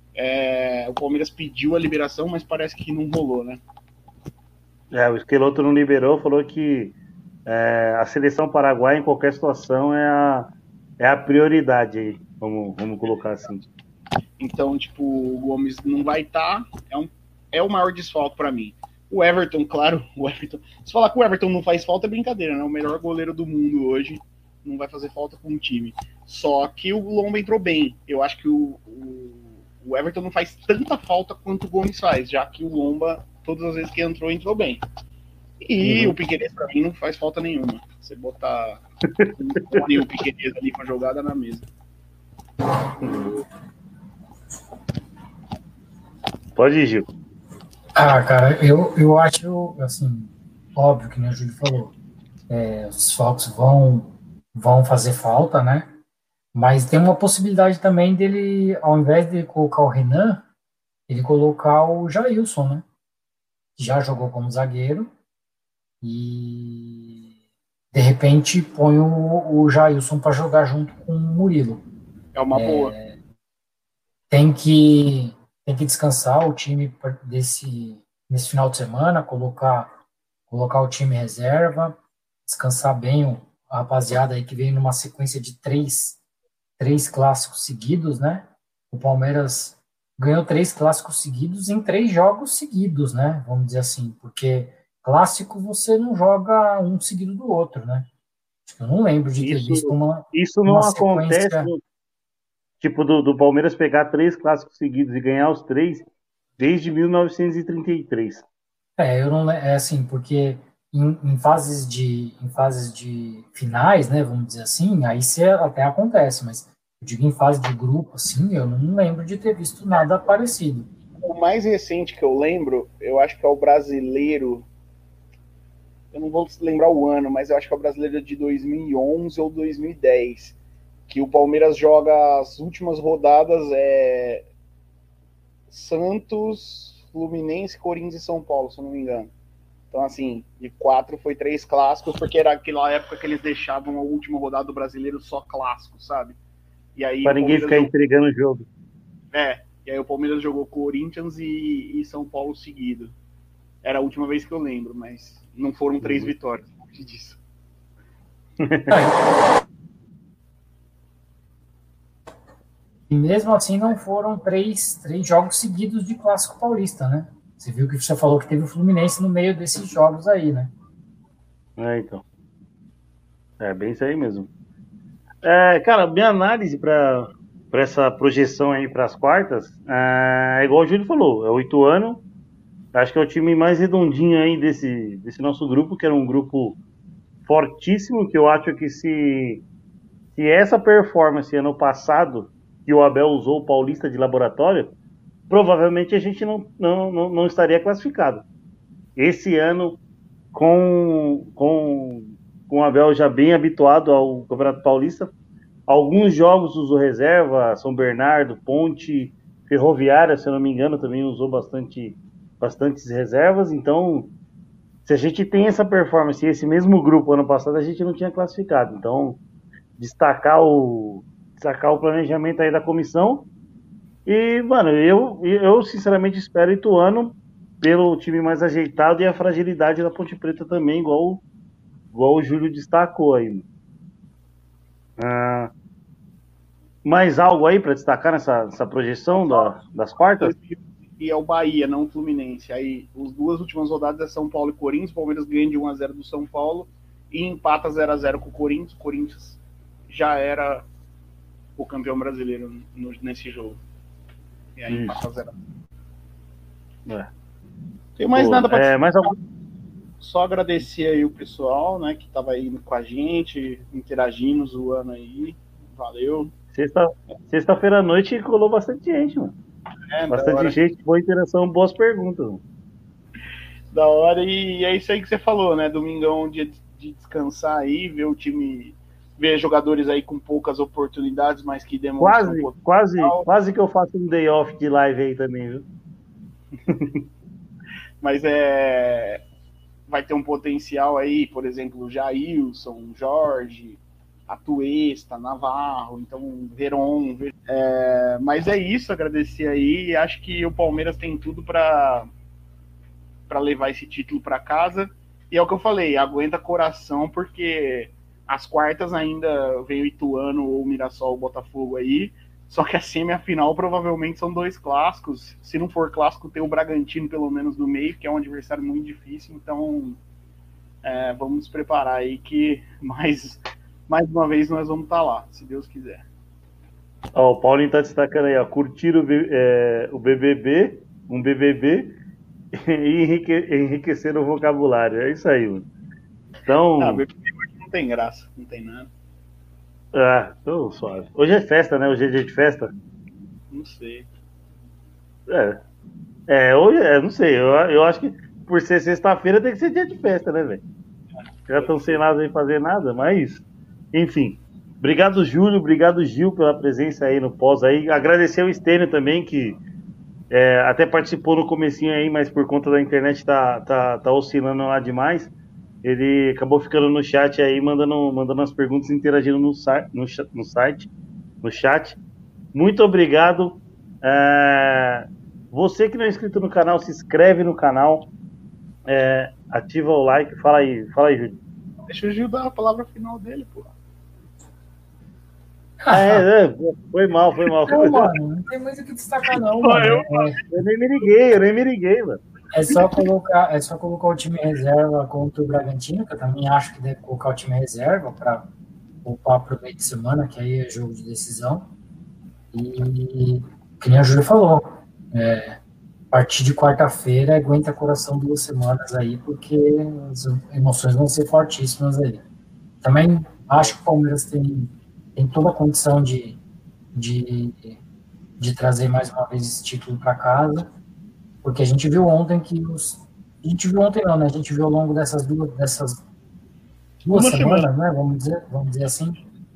É, o Palmeiras pediu a liberação, mas parece que não rolou, né? É, o Esqueloto não liberou, falou que é, a seleção paraguaia em qualquer situação é a, é a prioridade aí, vamos, vamos colocar assim. Então, tipo, o Gomes não vai estar, tá, é, um, é o maior desfalque para mim. O Everton, claro, o Everton. Se falar que o Everton não faz falta é brincadeira, né? O melhor goleiro do mundo hoje não vai fazer falta com o time. Só que o Lomba entrou bem. Eu acho que o, o, o Everton não faz tanta falta quanto o Gomes faz, já que o Lomba, todas as vezes que entrou, entrou bem. E uhum. o Piquerez, pra mim, não faz falta nenhuma. Você botar o Piquerez ali com a jogada na mesa. Pode ir, Gil. Ah, cara, eu, eu acho, assim, óbvio que nem o Júlio falou, é, os Falcons vão, vão fazer falta, né? Mas tem uma possibilidade também dele, ao invés de colocar o Renan, ele colocar o Jailson, né? Que já jogou como zagueiro e de repente põe o, o Jailson para jogar junto com o Murilo. É uma é, boa. Tem que tem que descansar o time desse nesse final de semana, colocar colocar o time reserva, descansar bem a rapaziada aí que vem numa sequência de três três clássicos seguidos, né? O Palmeiras ganhou três clássicos seguidos em três jogos seguidos, né? Vamos dizer assim, porque clássico você não joga um seguido do outro, né? Eu não lembro de ter isso, visto uma Isso não uma acontece, sequência... no, tipo, do, do Palmeiras pegar três clássicos seguidos e ganhar os três desde mil novecentos e trinta e três. É, eu não é assim, porque em, em fases de em fases de finais, né, vamos dizer assim, aí você até acontece, mas eu digo em fase de grupo, assim, eu não lembro de ter visto nada parecido. O mais recente que eu lembro, eu acho que é o brasileiro. Eu não vou lembrar o ano, mas eu acho que é o brasileiro de dois mil e onze ou dois mil e dez, que o Palmeiras joga as últimas rodadas é Santos, Fluminense, Corinthians e São Paulo, se eu não me engano. Então, assim, de quatro foi três clássicos, porque era aquela época que eles deixavam a última rodada do brasileiro só clássico, sabe? E aí para ninguém ficar jogou... entregando o jogo. É, e aí o Palmeiras jogou Corinthians e, e São Paulo seguido. Era a última vez que eu lembro, mas não foram três uhum. vitórias, longe disso. E mesmo assim não foram três, três jogos seguidos de Clássico Paulista, né? Você viu que você falou que teve o Fluminense no meio desses jogos aí, né? É, então. É bem isso aí mesmo. É, cara, minha análise para essa projeção aí para as quartas é igual o Júlio falou, é o Ituano. Acho que é o time mais redondinho aí desse, desse nosso grupo, que era um grupo fortíssimo, que eu acho que se, se essa performance ano passado, que o Abel usou o Paulista de laboratório, provavelmente a gente não, não, não, não estaria classificado. Esse ano, com, com, com o Abel já bem habituado ao Campeonato Paulista, alguns jogos usou reserva, São Bernardo, Ponte, Ferroviária, se eu não me engano, também usou bastante, bastantes reservas. Então, se a gente tem essa performance e esse mesmo grupo ano passado, a gente não tinha classificado. Então, destacar o, destacar o planejamento aí da comissão. E, mano, eu, eu sinceramente espero Ituano pelo time mais ajeitado e a fragilidade da Ponte Preta também, igual, igual o Júlio destacou aí. Ah, mais algo aí para destacar nessa, nessa projeção da, das quartas? E é o Bahia, não o Fluminense. Aí, as duas últimas rodadas é São Paulo e Corinthians. O Palmeiras ganha de um a zero do São Paulo e empata zero a zero com o Corinthians. O Corinthians já era o campeão brasileiro no, nesse jogo. E aí empata zero a zero. É. Tem mais Pô, nada para é, mais algum... Só agradecer aí o pessoal, né, que estava aí com a gente, interagindo, zoando aí. Valeu. Sexta, sexta-feira à noite colou bastante gente, mano. É, bastante gente, boa interação, boas perguntas. Mano. Da hora, e é isso aí que você falou, né? Domingão, dia de descansar aí, ver o time, ver jogadores aí com poucas oportunidades, mas que demonstram... Quase, um quase, quase que eu faço um day off de live aí também, viu? Mas é... vai ter um potencial aí, por exemplo, o Jailson, Jorge, Atuesta, Navarro, então Veron. É, mas é isso, agradecer aí. Acho que o Palmeiras tem tudo para para levar esse título para casa. E é o que eu falei, aguenta coração, porque as quartas ainda veio Ituano ou Mirassol, Botafogo aí. Só que a semifinal provavelmente são dois clássicos. Se não for clássico, tem o Bragantino pelo menos no meio, que é um adversário muito difícil. Então, é, vamos nos preparar aí que mais, mais uma vez nós vamos estar lá, se Deus quiser. Ó, o Paulinho tá destacando aí, ó, curtir o, B- é, o B B B, um B B B e enrique, enriquecer o vocabulário. É isso aí, mano. Então, Ah, B B B hoje não tem graça, não tem nada. ah, tô suave. Hoje é festa, né? Hoje é dia de festa. Não sei. É, é hoje, é, não sei. Eu, eu acho que por ser sexta-feira tem que ser dia de festa, né, velho? Já estão sem nada aí fazer nada, mas enfim. Obrigado, Júlio. Obrigado, Gil, pela presença aí no pós aí. Agradecer ao Stênio também, que é, até participou no comecinho aí, mas por conta da internet tá, tá, tá oscilando lá demais. Ele acabou ficando no chat aí, mandando, mandando as perguntas, interagindo no, sa- no, cha- no site, no chat. Muito obrigado. É, você que não é inscrito no canal, se inscreve no canal, é, ativa o like. Fala aí, fala aí, Júlio. Deixa o Gil dar a palavra final dele, pô. Ah, é, é, foi mal, foi mal. Não, mano, não tem muito o que destacar, não, Pô, mano. eu- É, Eu nem me liguei, eu nem me liguei, mano. é só colocar, é só colocar o time reserva contra o Bragantino, que eu também acho que deve colocar o time reserva para poupar para o meio de semana, que aí é jogo de decisão. E, que nem o Júlio falou, é, a partir de quarta-feira aguenta coração duas semanas aí, porque as emoções vão ser fortíssimas aí. Também acho que o Palmeiras tem, tem toda a condição de, de, de trazer mais uma vez esse título para casa, porque a gente viu ontem que os. A gente viu ontem não, né? A gente viu ao longo dessas duas, dessas duas Uma semanas, semana. né? Vamos dizer, vamos dizer assim,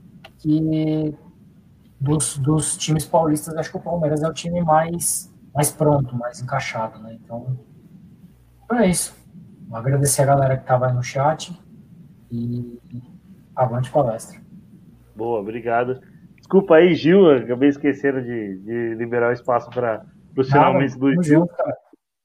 que dos, dos times paulistas, acho que o Palmeiras é o time mais, mais pronto, mais encaixado, né? Então, então é isso. Vou agradecer a galera que estava aí no chat e avante palestra. Boa, obrigado. Desculpa aí, Gil, eu acabei esquecendo de, de liberar o espaço para os Nada, finalmente do tamo Gil. junto, cara.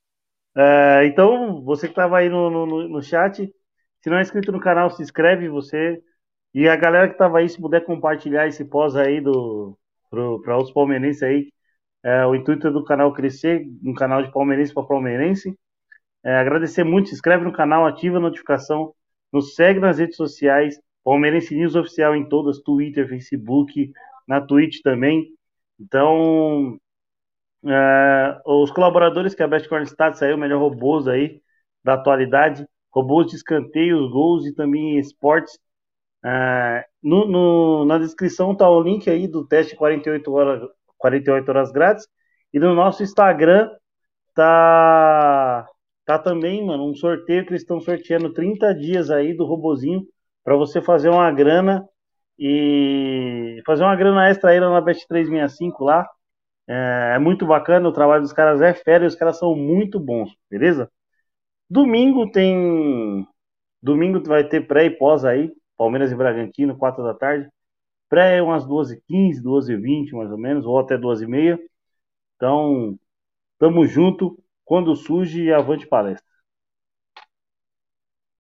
É, então, você que estava aí no, no, no chat, se não é inscrito no canal, se inscreve você. E a galera que estava aí, se puder compartilhar esse pós aí do para outros palmeirenses aí. É, o intuito é do canal crescer, um canal de palmeirense para palmeirense. É, agradecer muito, se inscreve no canal, ativa a notificação, nos segue nas redes sociais, Palmeirense News Oficial em todas, Twitter, Facebook, na Twitch também. Então, é, os colaboradores que a Best Corner Stats saiu, melhor robôs aí da atualidade, robôs de escanteios, gols e também esportes. É, no, no, na descrição tá o link aí do teste quarenta e oito horas, quarenta e oito horas grátis. E no nosso Instagram tá, tá também, mano, um sorteio que eles estão sorteando trinta dias aí do robozinho para você fazer uma grana e fazer uma grana extra aí lá na Bet trezentos e sessenta e cinco lá. É, é muito bacana, o trabalho dos caras é fera e os caras são muito bons, beleza? Domingo tem. Domingo vai ter pré e pós aí, Palmeiras e Bragantino, quatro da tarde. Pré é umas duas e quinze, duas e vinte mais ou menos, ou até duas e meia. Então, tamo junto. Quando surge, avante palestra.